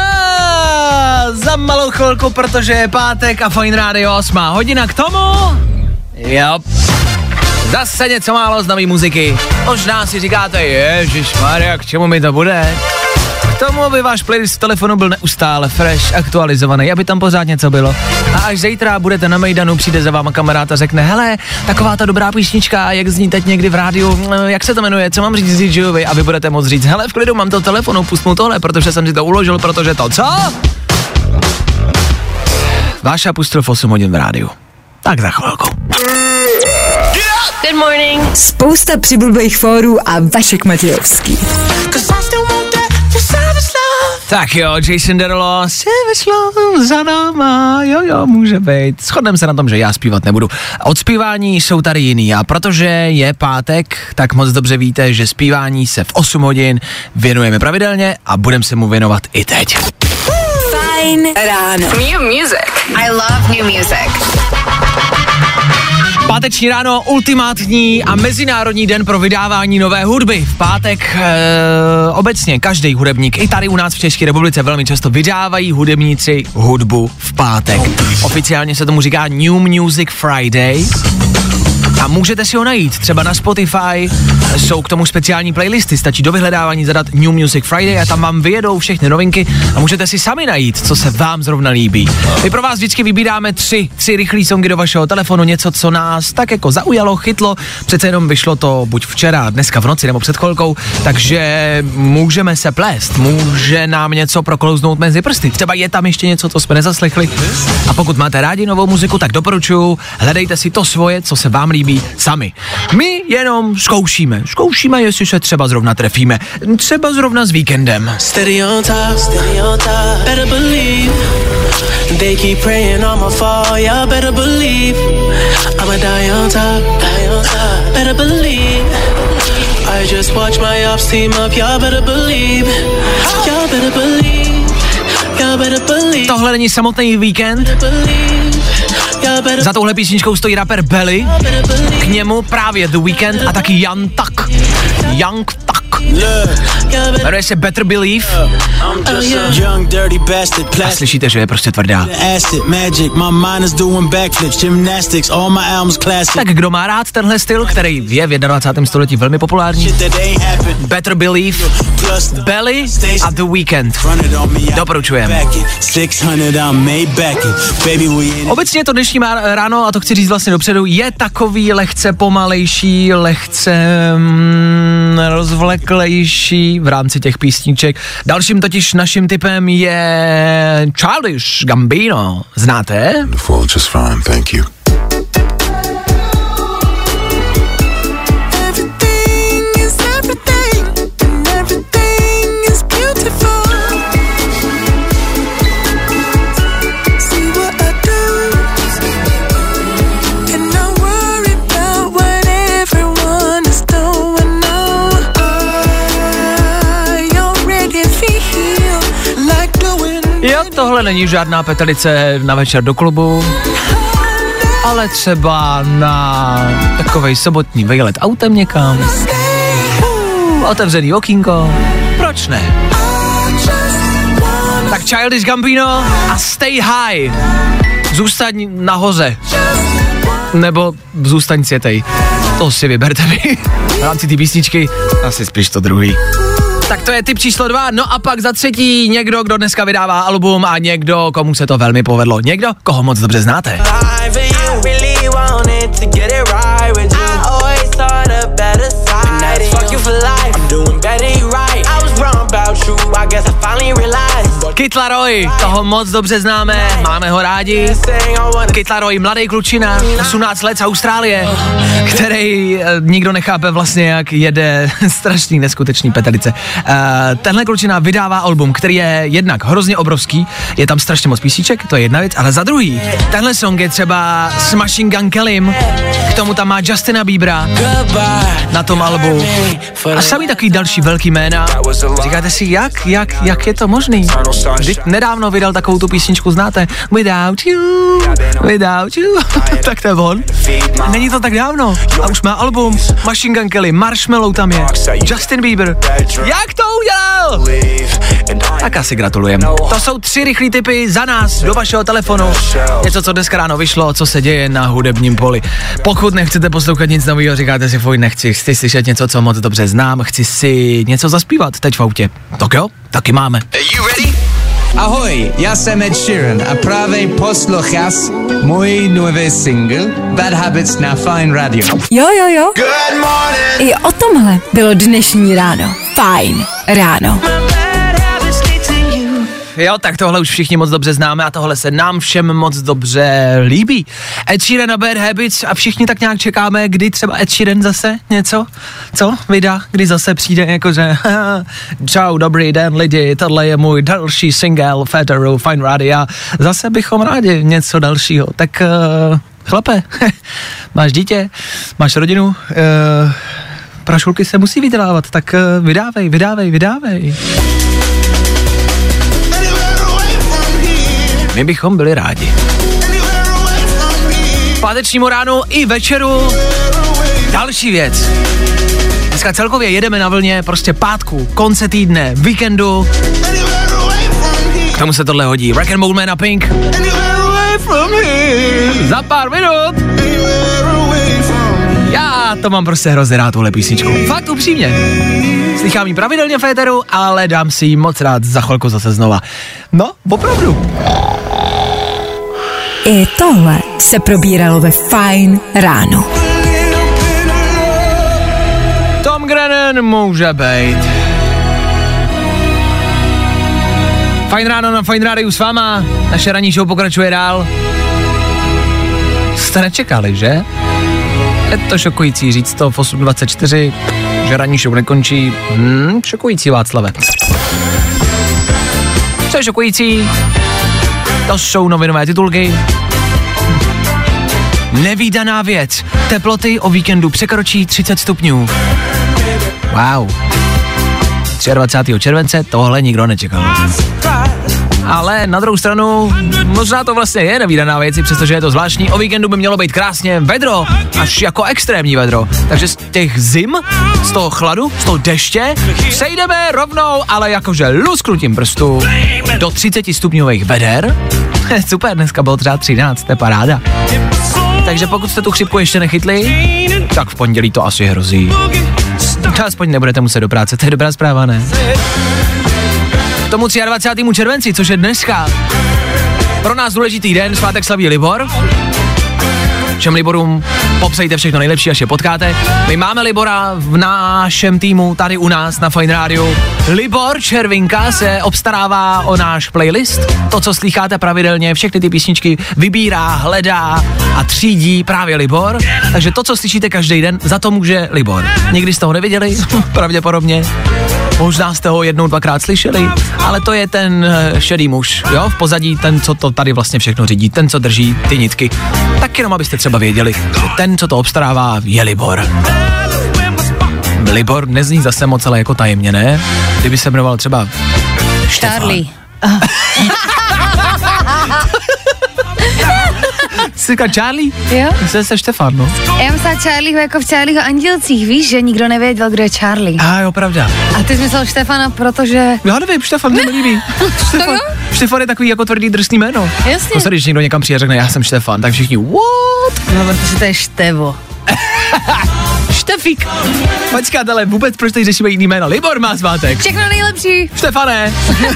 Za malou chvilku, protože je pátek a Fine Radio 8 hodina k tomu. Jo. Zase něco málo z nový muziky. Možná si říkáte, ježišmarja, k čemu mi to bude? K tomu, aby váš playlist v telefonu byl neustále fresh, aktualizovaný, aby tam pořád něco bylo. A až zítra budete na Mejdanu, přijde za váma kamarád a řekne, hele, taková ta dobrá písnička, jak zní teď někdy v rádiu, jak se to jmenuje, co mám říct DJovi, a vy budete moct říct, hele, v klidu, mám to v telefonu, pust mu tohle, protože jsem si to uložil, protože to co? Váša pustil v 8 hodin v rádiu. Tak za chvilku. Good morning. Spousta přibulbých fórů a Vašek Matějovský. Tak jo, Jason Derulo, Savage Love za náma, jo, může být. Shodneme se na tom, že já zpívat nebudu. Od zpívání jsou tady jiný a protože je pátek, tak moc dobře víte, že zpívání se v 8 hodin věnujeme pravidelně a budeme se mu věnovat i teď. Fajn ráno. New music. I love new music. Páteční ráno, ultimátní a mezinárodní den pro vydávání nové hudby. V pátek obecně každý hudebník, i tady u nás v České republice velmi často vydávají hudebníci hudbu v pátek. Oficiálně se tomu říká New Music Friday. A můžete si ho najít, třeba na Spotify, jsou k tomu speciální playlisty, stačí do vyhledávání zadat New Music Friday a tam vám vyjedou všechny novinky a můžete si sami najít, co se vám zrovna líbí. My pro vás vždycky vybíráme tři rychlý songy do vašeho telefonu, něco, co nás tak jako zaujalo, chytlo, přece jenom vyšlo to buď včera, dneska v noci nebo před chvilkou, takže můžeme se plést, může nám něco proklouznout mezi prsty, třeba je tam ještě něco, co jsme nezaslechli. A pokud máte rádi novou muziku, tak doporučuji, hledejte si to svoje, co se vám líbí sami. My jenom zkoušíme, jestli se třeba zrovna trefíme, třeba zrovna s víkendem. Steady on top, better believe. They keep praying on my fall, y'all better believe. I'ma die on top, better believe. I just watch my ops team up, y'all better believe. Y'all better believe, y'all better believe. Tohle není samotný víkend. Za touhle písničkou stojí rapper Belly, k němu právě The Weeknd a taky Young Thug. Jmenuje se Better Believe a slyšíte, že je prostě tvrdá. Tak kdo má rád tenhle styl, který je v 21. století velmi populární? Better Believe, Belly a The Weeknd. Doporučujeme. Obecně to dnešní ráno, a to chci říct vlastně dopředu, je takový lehce pomalejší, lehce rozvleklejší v rámci těch písniček. Dalším totiž naším typem je Childish Gambino. Znáte? Just fine, thank you. tohle není žádná petelice na večer do klubu, ale třeba na takovej sobotní výlet autem někam. Otevřený okýnko, proč ne? Tak Childish Gambino a Stay High. Zůstaň nahoře. Nebo zůstaň světej. To si vyberte vy. V rámci té písničky asi spíš to druhý. Tak to je tip číslo 2, no a pak za třetí někdo, kdo dneska vydává album a někdo, komu se to velmi povedlo. Někdo, koho moc dobře znáte. Kid Laroi, toho moc dobře známe, máme ho rádi. Kid Laroi, mladý klučina, 18 let z Austrálie, který nikdo nechápe vlastně, jak jede strašný neskutečný petelice. Tenhle klučina vydává album, který je jednak hrozně obrovský, je tam strašně moc písniček, to je jedna věc, ale za druhý, tenhle song je třeba s Machine Gun Kellym, k tomu tam má Justina Biebera na tom albu a sami takový další velký jména. Říkáte si, jak je to možný? Vždyť nedávno vydal takovou tu písničku, znáte? Without you, tak to je on. Není to tak dávno a už má album, Machine Gun Kelly, Marshmello tam je, Justin Bieber. Jak to udělal? Tak asi gratulujem. To jsou 3 rychlý tipy za nás do vašeho telefonu. Něco, co dneska ráno vyšlo, co se děje na hudebním poli. Pokud nechcete poslouchat nic nového, říkáte si, chci slyšet něco, co moc dobře znám, chci si něco zaspívat teď v autě. Tak jo, taky máme. Ahoj, já jsem Ed Sheeran a právě poslouchás můj nový single Bad Habits na Fine Radio. Jo. Good morning. I o tomhle bylo dnešní ráno. Fajn ráno. Jo, tak tohle už všichni moc dobře známe a tohle se nám všem moc dobře líbí. Ed Sheeran a Bad Habits a všichni tak nějak čekáme, kdy třeba Ed Sheeran zase něco, co vydá, kdy zase přijde jakože čau, dobrý den lidi, tohle je můj další single Féteru Fine Radio. Zase bychom rádi něco dalšího, tak chlape, máš dítě, máš rodinu, prašulky se musí vydělávat, tak vydávej. My bychom byli rádi. Pátečnímu ránu i večeru další věc. Dneska celkově jedeme na vlně prostě pátku, konce týdne, víkendu. K tomu se tohle hodí. Rock and Roll Man a Pink. Za pár minut. Já to mám prostě hrozně rád, tuhle písničku. Fakt upřímně. Slychám ji pravidelně v éteru, ale dám si ji moc rád za chvilku zase znova. No, opravdu. I tohle se probíralo ve Fajn ráno. Tom Grennan může být. Fajn ráno na Fajn rádiu s váma. Naše ranní show pokračuje dál. Jste nečekali, že? Je to šokující říct to v 8:24, že ranní show nekončí. Šokující, Václave. Co je šokující? To jsou novinové titulky. Nevídaná věc. Teploty o víkendu překročí 30 stupňů. Wow. 23. července tohle nikdo nečekal. Ale na druhou stranu, možná to vlastně je nevídaná věc, přestože je to zvláštní. O víkendu by mělo být krásně vedro, až jako extrémní vedro. Takže z těch zim, z toho chladu, z toho deště, přejdeme rovnou, ale jakože lusknutím prstu do 30 stupňových veder. Super, dneska bylo třeba 13, to je paráda. Takže pokud jste tu chřipku ještě nechytli, tak v pondělí to asi hrozí. Aspoň nebudete muset do práce, to je dobrá zpráva, ne? K tomu 23. červenci, což je dneska pro nás důležitý den, svátek slaví Libor. Všem Liborům popřejte všechno nejlepší, až je potkáte. My máme Libora v našem týmu, tady u nás na Fajn rádiu. Libor Červinka se obstarává o náš playlist. To, co slycháte pravidelně, všechny ty písničky vybírá, hledá a třídí právě Libor. Takže to, co slyšíte každý den, za to může Libor. Nikdy jste ho neviděli? Pravděpodobně. Možná jste ho jednou, dvakrát slyšeli, ale to je ten šedý muž, jo, v pozadí, ten, co to tady vlastně všechno řídí, ten, co drží ty nitky. Tak jenom, abyste třeba věděli, ten, co to obstarává, je Libor. Libor nezní zase moc, ale jako tajemně, ne? Kdyby se jmenoval třeba Štefan. Charlie. jsi říkal Charlie? Jo. Jsi Štefan, no. Já myslela Charlieho jako v Charlieho Andělcích, víš, že nikdo nevěděl, kdo je Charlie. Jo, pravda. A ty jsi myslel Štefana, protože... Já nevím, Štefan, mě líbí. Štefan je takový jako tvrdý drsný jméno. Jasně. To se, když někdo někam přijde a řekne, já jsem Štefan, tak všichni, what? No, protože to je Števo. Štefík. Počkat, ale vůbec proč tady řešíme jiný jméno? Libor má svátek. Všechno nejlepší. Štefane.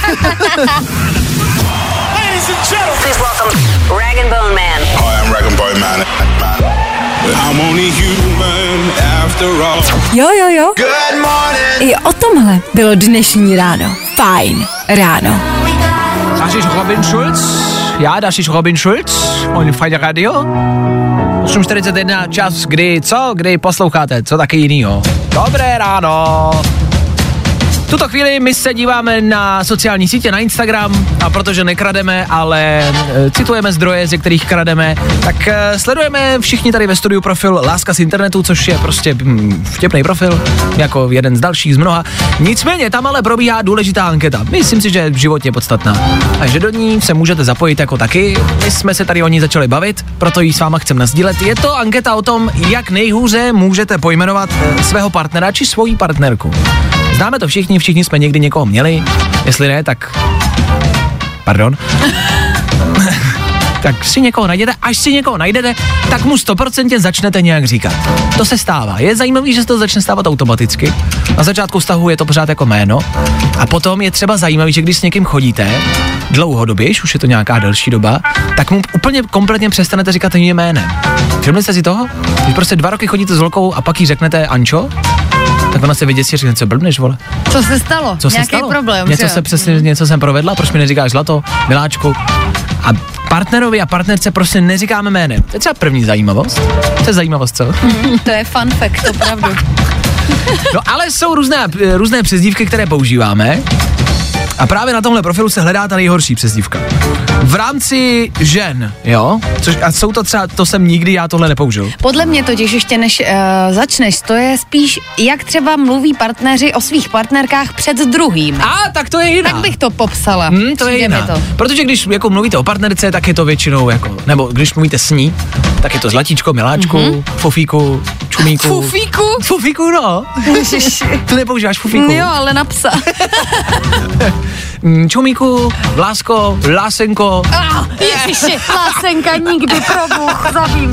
Please welcome Rag and Bone Man. Hi, I'm Rag and Bone Man. I'm only human after all. Jo. Good morning. I o tomhle bylo dnešní ráno. Fajn ráno. Das ist Robin Schulz. Ja, das ist Robin Schulz. Und Fajn Radio. 8:41, čas, kdy posloucháte, co taky jinýho. Dobré ráno. V tuto chvíli my se díváme na sociální sítě, na Instagram, a protože nekrademe, ale citujeme zdroje, ze kterých krademe, tak sledujeme všichni tady ve studiu profil Láska z internetu, což je prostě vtipný profil, jako jeden z dalších z mnoha. Nicméně tam ale probíhá důležitá anketa. Myslím si, že je životně podstatná. A že do ní se můžete zapojit jako taky. My jsme se tady o ní začali bavit, proto ji s váma chcem nasdílet. Je to anketa o tom, jak nejhůře můžete pojmenovat svého partnera či svoji partnerku. Známe to všichni jsme někdy někoho měli, jestli ne, tak... Pardon. Tak si někoho najdete, až si někoho najdete, tak mu 100% začnete nějak říkat. To se stává. Je zajímavý, že se to začne stávat automaticky. Na začátku vztahu je to pořád jako jméno a potom je třeba zajímavý, že když s někým chodíte dlouhodobě, už je to nějaká delší doba, tak mu úplně kompletně přestanete říkat jiné jménem. Všimli jste si toho? Když prostě 2 roky chodíte s holkou a pak jí řeknete Ančo, tak ona se vyděsí a řekne, co blbneš, vole. Co se stalo? Co se Nějaký stalo? problém, Něco jsem provedla, proč mi neříkáš zlato, miláčku? A partnerovi a partnerce prostě neříkáme jménem. To je třeba první zajímavost. To je zajímavost, co? To je fun fact, opravdu. No ale jsou různé přezdívky, které používáme. A právě na tomhle profilu se hledá ta nejhorší přezdívka. V rámci žen, jo? A jsou to třeba, to jsem nikdy já tohle nepoužil. Podle mě totiž ještě než začneš, to je spíš, jak třeba mluví partneři o svých partnerkách před druhým. Tak to je jiná. Tak bych to popsala. To je jiná. Protože když jako mluvíte o partnerce, tak je to většinou jako, nebo když mluvíte s ní, tak je to zlatíčko, miláčku, fofíku, čumíku. Fufíku, no. Ty nepoužíváš fufíku. Jo, ale na psa. Čumíku, lásko, lásenko. Ježiši, lásenka nikdy, probuch,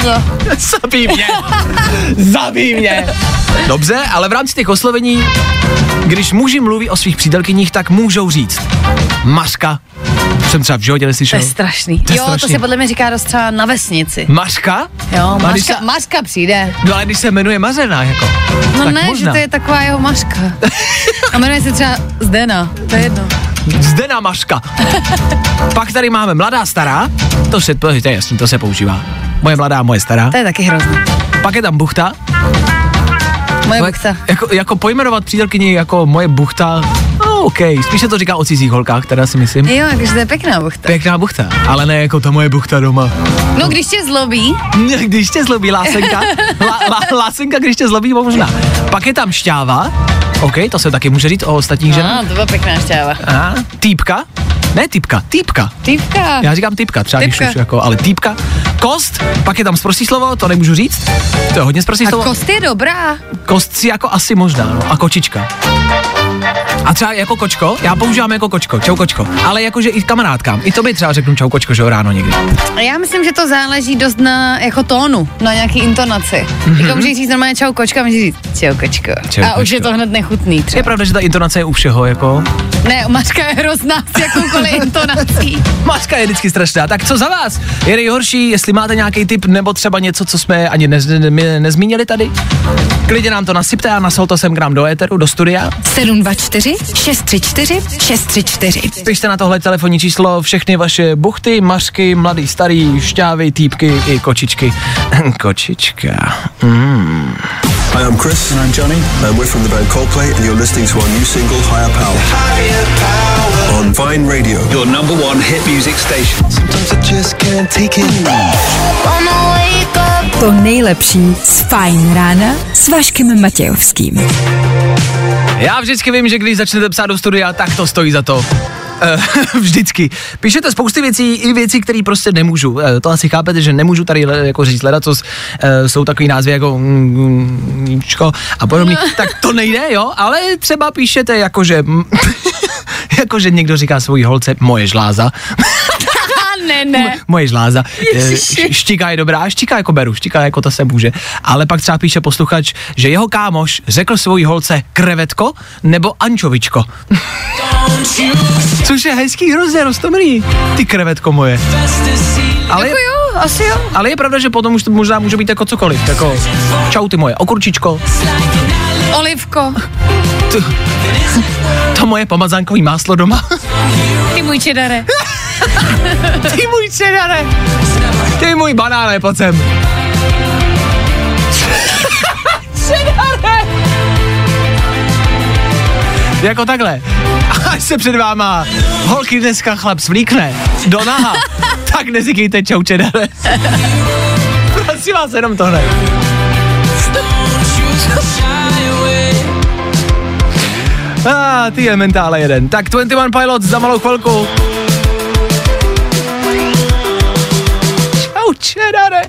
zabij mě. Dobře, ale v rámci těch oslovení, když muži mluví o svých přítelkyních, tak můžou říct Mařka. Jsem třeba v životě neslyšel. To je strašný. To se podle mě říká dost třeba na vesnici. Mařka? Jo, Mařka přijde. No ale když se jmenuje Mařena, jako. No tak ne, možná. že to je taková jeho Mařka. A jmenuje se třeba Zdena, to je jedno. Zdena Mařka. Pak tady máme mladá stará, to je jasný, to se používá. Moje mladá, moje stará. To je taky hrozný. Pak je tam buchta. Moje buchta. Jako pojmenovat přítelkyni jako moje buchta, OK, spíš se to říká o cizích holkách, teda si myslím. Jo, takže to je pěkná buchta. Pěkná buchta, ale ne jako ta moje buchta doma. No, když tě zlobí. Když tě zlobí lásenka. Lásenka, když tě zlobí, možná. Pak je tam šťáva. OK, to se taky může říct o ostatních ženách. To byla pěkná šťáva. Týpka. Ne týpka. Týpka. Já říkám týpka, třeba když už jako, ale týpka. Kost, pak je tam sprostý slovo, to nemůžu říct. To je hodně sprostý slovo. A kost je dobrá. Kost si jako asi možná, no. A kočička. A třeba jako kočko, já používám jako kočko, čau kočko, ale jakože i kamarádkám, i tobě třeba řeknu čau kočko, že jo, ráno někdy. Já myslím, že to záleží dost na jako tónu, na nějaký intonaci. Jako můžeš říct normálně čau kočka, můžeš říct čau kočko. A už je to hned nechutný třeba. Je pravda, že ta intonace je u všeho, jako. Ne, Mařka je hrozná s jakoukoliv intonací. Mařka je vždycky strašná, tak co za vás? Je nejhorší, jestli máte nějaký tip nebo třeba něco, co jsme ani nezmínili tady? Klidně nám to nasypte a nasol to sem k nám do éteru, do studia. 724 634 634. Pište na tohle telefonní číslo všechny vaše buchty, mařky, mladý, starý, šťávy, týpky i kočičky. Kočička. Hi, I'm Chris. And I'm Johnny. And we're from the band Coldplay and you're listening to our new single, Higher Power. On Vine Radio. Your number one hit music station. Sometimes I just can't take it. To nejlepší z Fajn rána s Vaškem Matějovským. Já vždycky vím, že když začnete psát do studia, tak to stojí za to. Vždycky. Píšete spousty věcí, i věcí, které prostě nemůžu. To asi chápete, že nemůžu tady jako říct ledacos, jsou takový názvy jako a podobně. Tak to nejde, jo, ale třeba píšete jakože někdo říká svojí holce moje žláza. Ne. Moje žláza. Štika je dobrá, štika jako beru, štika jako to se může. Ale pak třeba píše posluchač, že jeho kámoš řekl svojí holce krevetko nebo ančovičko. Což je hezký, hrozně roztomilý. Ty krevetko moje. Ale jako jo, asi jo. Ale je pravda, že potom už to možná může být jako cokoliv. Jako čau ty moje okurčičko. Olivko. To moje pomazánkový máslo doma. Ty můj čedare. Ty můj čedare. Ty můj banáne, pojď sem. Čedare. Jako takhle. Až se před váma holky dneska chlap svlíkne do naha, tak neříkejte čau čedare. Prosím vás, jenom tohle. Ty je mentále jeden. Tak 21 Pilots za malou chvilku. Čau čedare.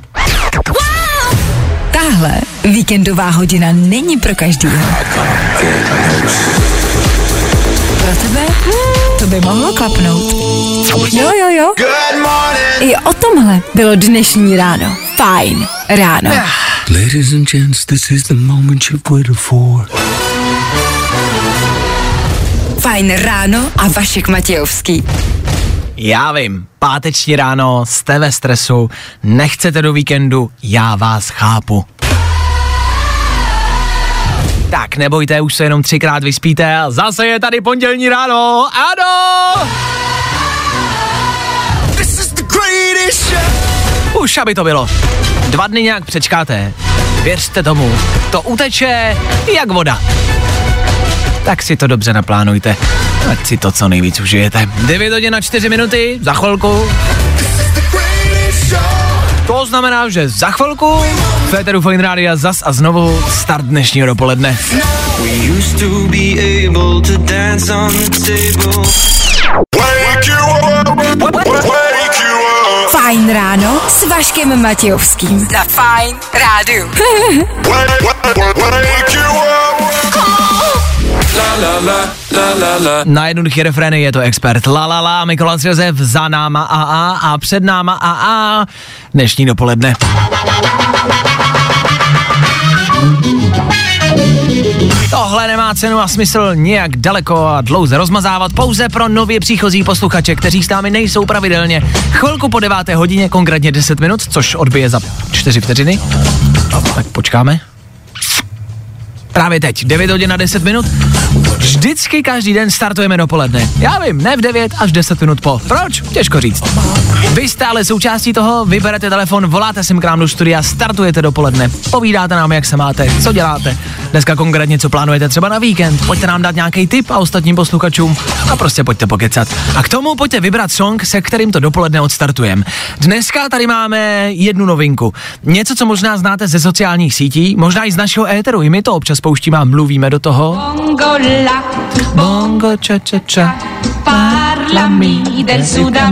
Tahle víkendová hodina není pro každýho. Pro tebe? To by mohlo klapnout. Jo. I o tomhle bylo dnešní ráno. Fajn ráno. Ladies and gents, this is the moment you've waited for. Fajn ráno a Vašek Matějovský. Já vím, páteční ráno, jste ve stresu, nechcete do víkendu, já vás chápu. Tak nebojte, už se jenom 3krát vyspíte a zase je tady pondělní ráno, ano! Už aby to bylo. 2 dny nějak přečkáte, věřte tomu, to uteče jak voda. Tak si to dobře naplánujte, ať si to co nejvíc užijete. 9 hodin a 4 minuty, za chvilku. To znamená, že za chvilku Féteru Fajn Rádia zas a znovu start dnešního dopoledne. Fajn ráno s Vaškem Matějovským. Na Fajn rádiu. Na jednoduchý refrény je to expert. La, Mikolas Josef, za náma a před náma a dnešní dopoledne. Tohle nemá cenu a smysl nějak daleko a dlouze rozmazávat, pouze pro nově příchozí posluchače, kteří s námi nejsou pravidelně. Chvilku po 9. hodině, konkrétně 10 minut, což odbije za 4 vteřiny. Tak počkáme. Právě teď, 9 hodin a 10 minut. Vždycky každý den startujeme dopoledne. Já vím, ne v 9 až 10 minut po. Proč? Těžko říct. Vy jste ale součástí toho, vyberete telefon, voláte sem k nám do studia, startujete dopoledne, povídáte nám, jak se máte, co děláte. Dneska konkrétně, co plánujete třeba na víkend. Pojďte nám dát nějaký tip a ostatním posluchačům a prostě pojďte pokecat. A k tomu pojďte vybrat song, se kterým to dopoledne odstartujeme. Dneska tady máme jednu novinku. Něco, co možná znáte ze sociálních sítí, možná i z našeho éteru, i my to občas pouštíme a mluvíme do toho. Bongo cha, parlami del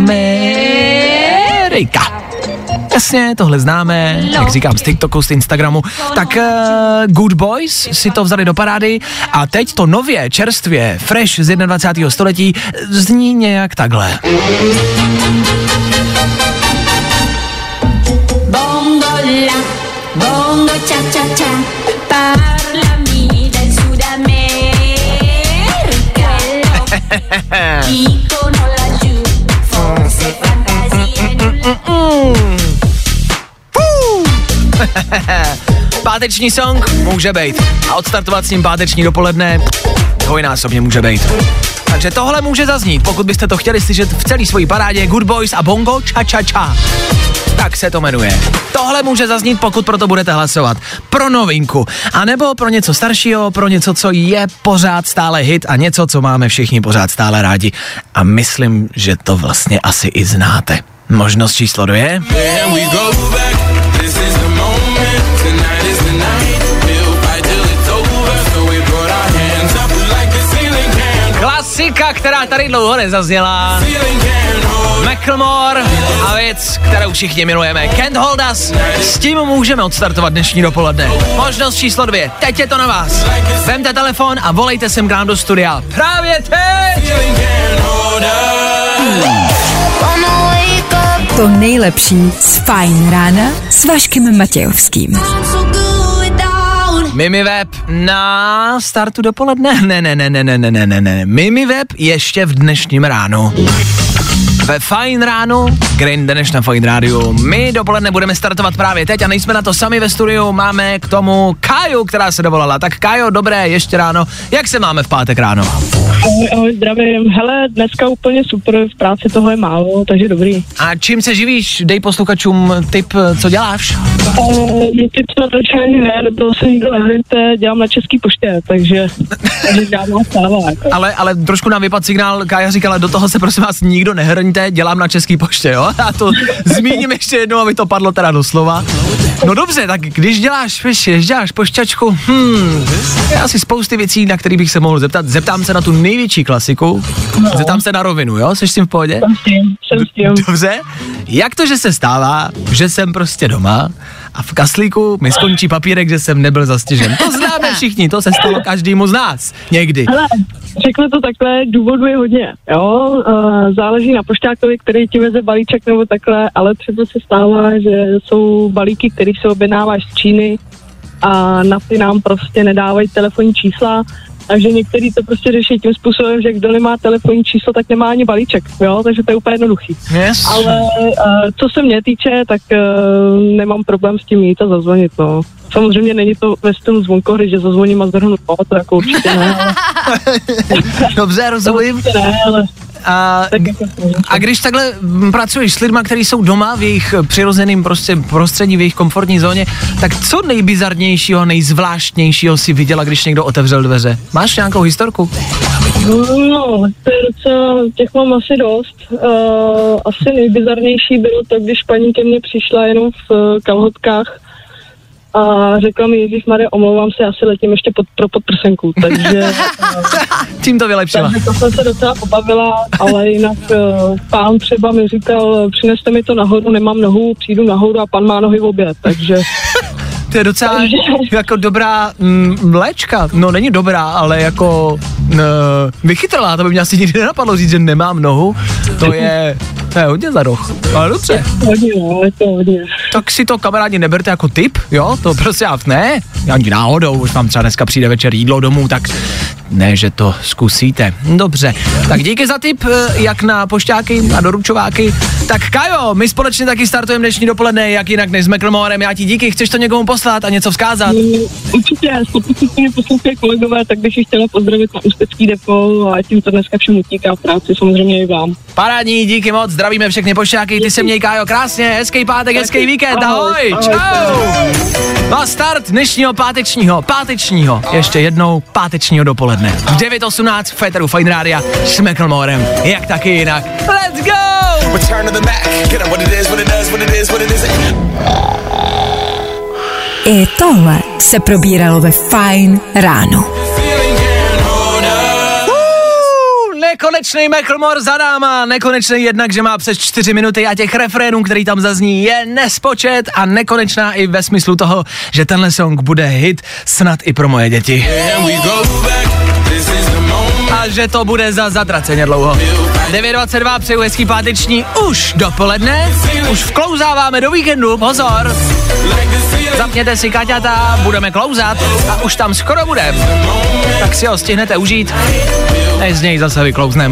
Sudamerica. Jasně, tohle známe, jak říkám, z TikToku, z Instagramu. Tak Good Boys si to vzali do parády a teď to nově, čerstvě, fresh z 21. století zní nějak takhle. Bongo la, bongo cha cha cha, parlami del Sudamerica. Dicono laggiù, forse fantasie Páteční song může být a odstartovat s ním páteční dopoledne dvojnásobně může být. Takže tohle může zaznít, pokud byste to chtěli slyšet v celé svojí parádě. Good Boys a Bongo cha cha cha. Tak se to jmenuje. Tohle může zaznít, pokud proto budete hlasovat. Pro novinku. A nebo pro něco staršího, pro něco, co je pořád stále hit a něco, co máme všichni pořád stále rádi. A myslím, že to vlastně asi i znáte. Možnost číslo 2 je... Klasika pecka, která tady dlouho nezazněla. Macklemore a věc, kterou všichni milujeme. Can't Hold Us. S tím můžeme odstartovat dnešní dopoledne. Možnost číslo 2. Teď je to na vás. Vemte telefon a volejte sem k nám do studia. Právě teď! To nejlepší z Fajn rána s Vaškem Matějovským. Mimiveb na startu dopoledne? Ne. Mimiveb ještě v dnešním ránu. Ve Fajn ránu, Green Dneš na Fajn rádiu. My dopoledne budeme startovat právě teď a nejsme na to sami ve studiu, máme k tomu Káju, která se dovolala. Tak Kájo, dobré, ještě ráno. Jak se máme v pátek ráno? Ahoj, zdravím. Hele, dneska úplně super, v práci toho je málo, takže dobrý. A čím se živíš? Dej posluchačům tip, co děláš? Tip na točení ne, do toho se nikdo nehrajte, dělám na Český poště, takže žádná stáva. Jako. Ale trošku nám vypadl signál, Kája říkala, do toho se prosím vás nikdo nehrňte, dělám na Český poště, jo? Já to zmíním ještě jednou, aby to padlo teda do slova. No dobře, tak když děláš pošťačku, je asi spousty věcí, na které bych se mohl zeptat. Zeptám se na tu největší klasiku, zeptám se na rovinu, jo? Jsi s tím v pohodě? Jsem s tím. Dobře. Jak to, že se stává, že jsem prostě doma a v kaslíku mi skončí papírek, že jsem nebyl zastižen? To známe všichni, to se stalo každému z nás. Někdy. Hele, řeknu to takhle, důvodů je hodně, jo? Záleží na pošťákovi, který ti veze balíček nebo takhle, ale třeba se stává, že jsou balíky, které se objednáváš z Číny a na ty nám prostě nedávají telefonní čísla. Takže některý to prostě řeší tím způsobem, že kdo nemá telefonní číslo, tak nemá ani balíček, jo, takže to je úplně jednoduchý. Yes. Ale co se mě týče, tak nemám problém s tím jít a zazvonit, no. Samozřejmě není to ve stylu zvonkohry, že zazvoním a zdrhnu to jako určitě ne, ale... Dobře, rozumím. Ne, ale... A když takhle pracuješ s lidma, kteří jsou doma v jejich přirozeném prostě prostředí, v jejich komfortní zóně, tak co nejbizarnějšího, nejzvláštnějšího si viděla, když někdo otevřel dveře? Máš nějakou historku? No, to je docela, těch mám asi dost. Asi nejbizarnější bylo to, když paní ke mně přišla jenom v kalhotkách a řekla mi, ježišmarja, omlouvám se, asi letím ještě pro podprsenku, takže... Tím to vylepšila. Takže to jsem se docela pobavila, ale jinak pán třeba mi říkal, přineste mi to nahoru, nemám nohu, přijdu nahoru a pan má nohy v obě, takže... To je docela jako dobrá mléčka. No není dobrá, ale jako vychytralá. To by mě asi nikdy nenapadlo říct, že nemám nohu. To je hodně za roh. Ale dobře. Hodně. Tak si to kamarádi neberte jako tip, jo? To prostě ne. Ani náhodou, už vám třeba dneska přijde večer jídlo domů, tak ne, že to zkusíte. Dobře, tak díky za tip, jak na pošťáky a doručováky. Tak Kajo, my společně taky startujeme dnešní dopoledne, jak jinak než s Macklemorem. Já ti díky, chceš to někomu poslat a něco vzkázat? Určitě, 100% poslouchají kolegové, tak bych ji chtěla pozdravit na Ústecký depo a tím to dneska všem utíká v práci, samozřejmě i vám. Parádní, díky moc, zdravíme všechny pošťáky, ty se měj, Kájo, krásně, hezký pátek, hezký víkend, ahoj, čau. No a start dnešního pátečního, ještě jednou pátečního dopoledne. V 9:18 v Féteru Fajn rádia s Macklemorem, jak taky jinak. Let's go! I tohle se probíralo ve Fajn ráno. Nekonečný Macklemore za náma, nekonečný jednak, že má přes 4 minuty a těch refrénů, který tam zazní, je nespočet a nekonečná i ve smyslu toho, že tenhle song bude hit snad i pro moje děti. A že to bude za zatraceně dlouho. 9:22, přeju hezký páteční už dopoledne, už vklouzáváme do víkendu, pozor. Zapněte si kaťata, budeme klouzat a už tam skoro budem. Tak si ho stihnete užít, než z něj zase vyklouznem.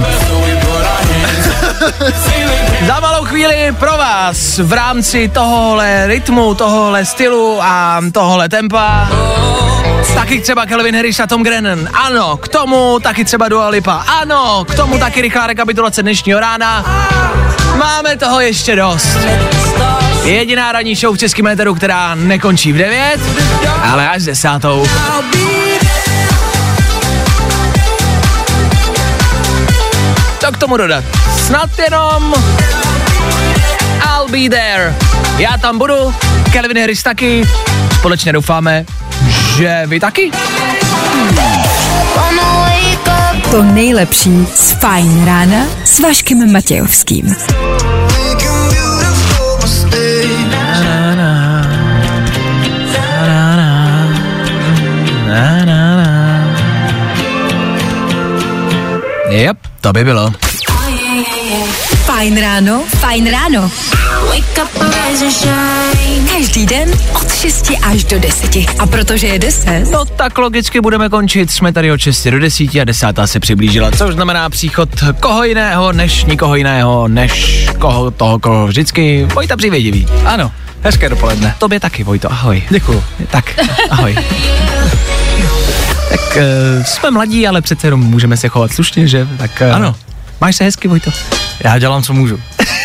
Za malou chvíli pro vás v rámci tohohle rytmu, tohohle stylu a tohohle tempa taky třeba Calvin Harris a Tom Grennan. Ano, k tomu taky třeba Dua Lipa. Ano, k tomu taky rychlá rekapitulace dnešního rána. Máme toho ještě dost. Jediná ranní show v českém éteru, která nekončí v 9, ale až 10. Co k tomu dodat? Snad jenom I'll be there. Já tam budu, Calvin Harris taky. Společně doufáme, že vy taky. To nejlepší z Fajn rána s Vaškem Matějovským. Yep, to by bylo. Fajn ráno, Fajn ráno. Každý den od 6 až do 10. A protože je 10... No tak logicky budeme končit, jsme tady od 6 do 10 a 10 se přiblížila, což znamená příchod koho jiného, než nikoho jiného, než koho vždycky, Vojta Přivědivý. Ano, hezké dopoledne. Tobě taky, Vojto, ahoj. Děkuju. Tak, ahoj. Tak jsme mladí, ale přece jenom můžeme se chovat slušně, že? Tak ano. Máš se hezky, Vojto? Já dělám, co můžu.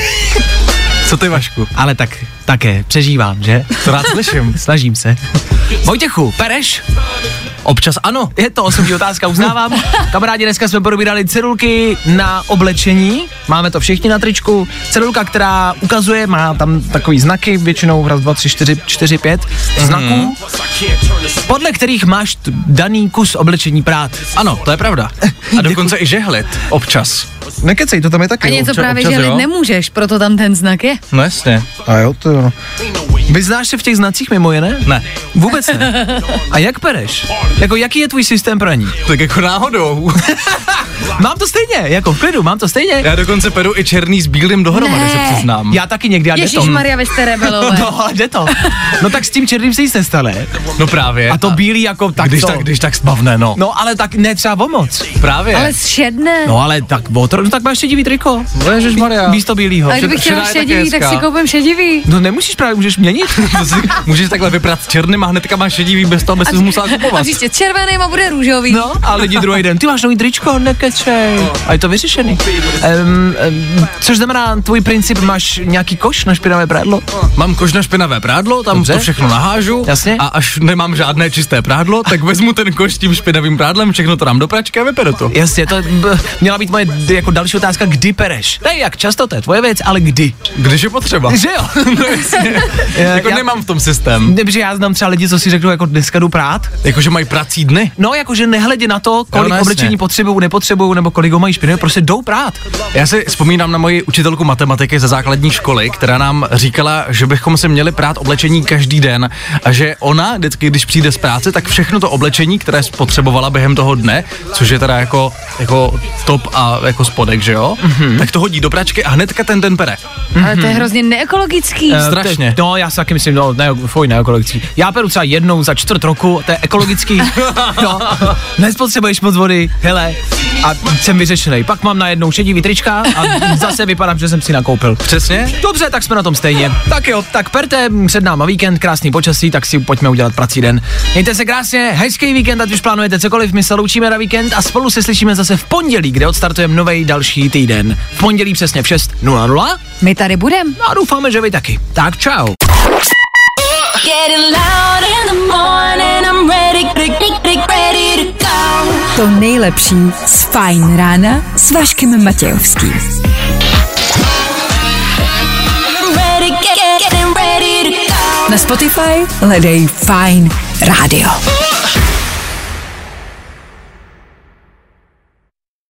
Co ty, Vašku? Ale tak také přežívám, že? To rád slyším. Snažím se. Vojtěchu, pereš? Občas ano. Je to osobní otázka, uznávám. Kamarádi, dneska jsme probírali cedulky na oblečení. Máme to všichni na tričku. Cedulka, která ukazuje, má tam takový znaky, většinou raz, 2, 3, 4, 5 znaků, podle kterých máš daný kus oblečení prát. Ano, to je pravda. A dokonce i žehlit. Občas. Nekecej, to tam je taky. A něco právě žehlit nemůžeš, proto tam ten znak je. No jasně. A jo, to jo. Vyznáš se v těch znacích mimo jiné? Ne. Vůbec ne. A jak pereš? Jako jaký je tvůj systém praní? Tak jako náhodou. Mám to stejně, jako v klidu, mám to stejně. Já dokonce peru i černý s bílým dohromady, se přiznám. Já taky někdy, a jde to. Ježišmarja, vy jste rebelové. No, ale jde to. No tak s tím černým se jist nestane. No právě. A to bílý jako tak Když tak zbavne, no. No ale tak ne třeba o moc. Právě. Ale šedne. No ale tak no tak máš šedivý triko. Ježišmarja. Místo bílýho. A kdybych chtěla šedivý, tak si koupím šedivý. No nemusíš právě, můžeš měnit. Můžeš takhle vyprat s černým a hnedka máš šedivý bez toho, aby si musela kupovat. A příště červeným a bude růžový. No, a lidi druhý den, ty máš nový tričko, nekečej. A je to vyřešený. Což znamená, tvůj princip, máš nějaký koš na špinavé prádlo? Mám koš na špinavé prádlo, tam to všechno nahážu. Jasně. A až nemám žádné čisté prádlo, tak vezmu ten koš s tím špinavým prádlem, všechno to dám do pračky a vyperu to. Jasně, to měla být moje jako další otázka, kdy pereš? Ne, jak často, to je tvoje věc, ale kdy? Když je potřeba. Že jo? No jasně. Jako nemám v tom systém. Protože já znám třeba lidi, co si řeknou, jako dneska jdu prát. Jakože mají prací dny? No, jakože nehledě na to, kolik oblečení potřebují, nepotřebují, nebo kolik ho mají špinavý, prostě jdou prát. Já si vzpomínám na moji učitelku matematiky ze základní školy, která nám říkala, že bychom si měli prát oblečení každý den a že ona vždycky, když přijde z práce, tak všechno to oblečení, které spotřebovala během toho dne, což je teda jako top a jako spodek, že jo, tak to hodí do pračky a hnedka ten den pere. Ale to je hrozně neekologický. Strašně. No, já si taky myslím, no, neekologický. Já peru třeba jednou za čtvrt roku, to je ekologický. No, nespotřebuješ moc vody, hele, a jsem vyřešenej. Pak mám najednou šedivý trička a zase vypadám, že jsem si nakoupil. Přesně? Dobře, tak jsme na tom stejně. Tak jo, tak perte, před náma víkend, krásný počasí, tak si pojďme udělat prací den. Mějte se krásně, hezký víkend, ať už plánujete cokoliv, my se loučíme na víkend a spolu se slyšíme zase v pondělí, kde odstartujeme nový další týden. V pondělí přesně v 6:00. My tady budeme. A doufáme, že vy taky. Tak čau. To nejlepší z Fajn rána s Vaškem Matějovským. Na Spotify hledej Fajn rádio.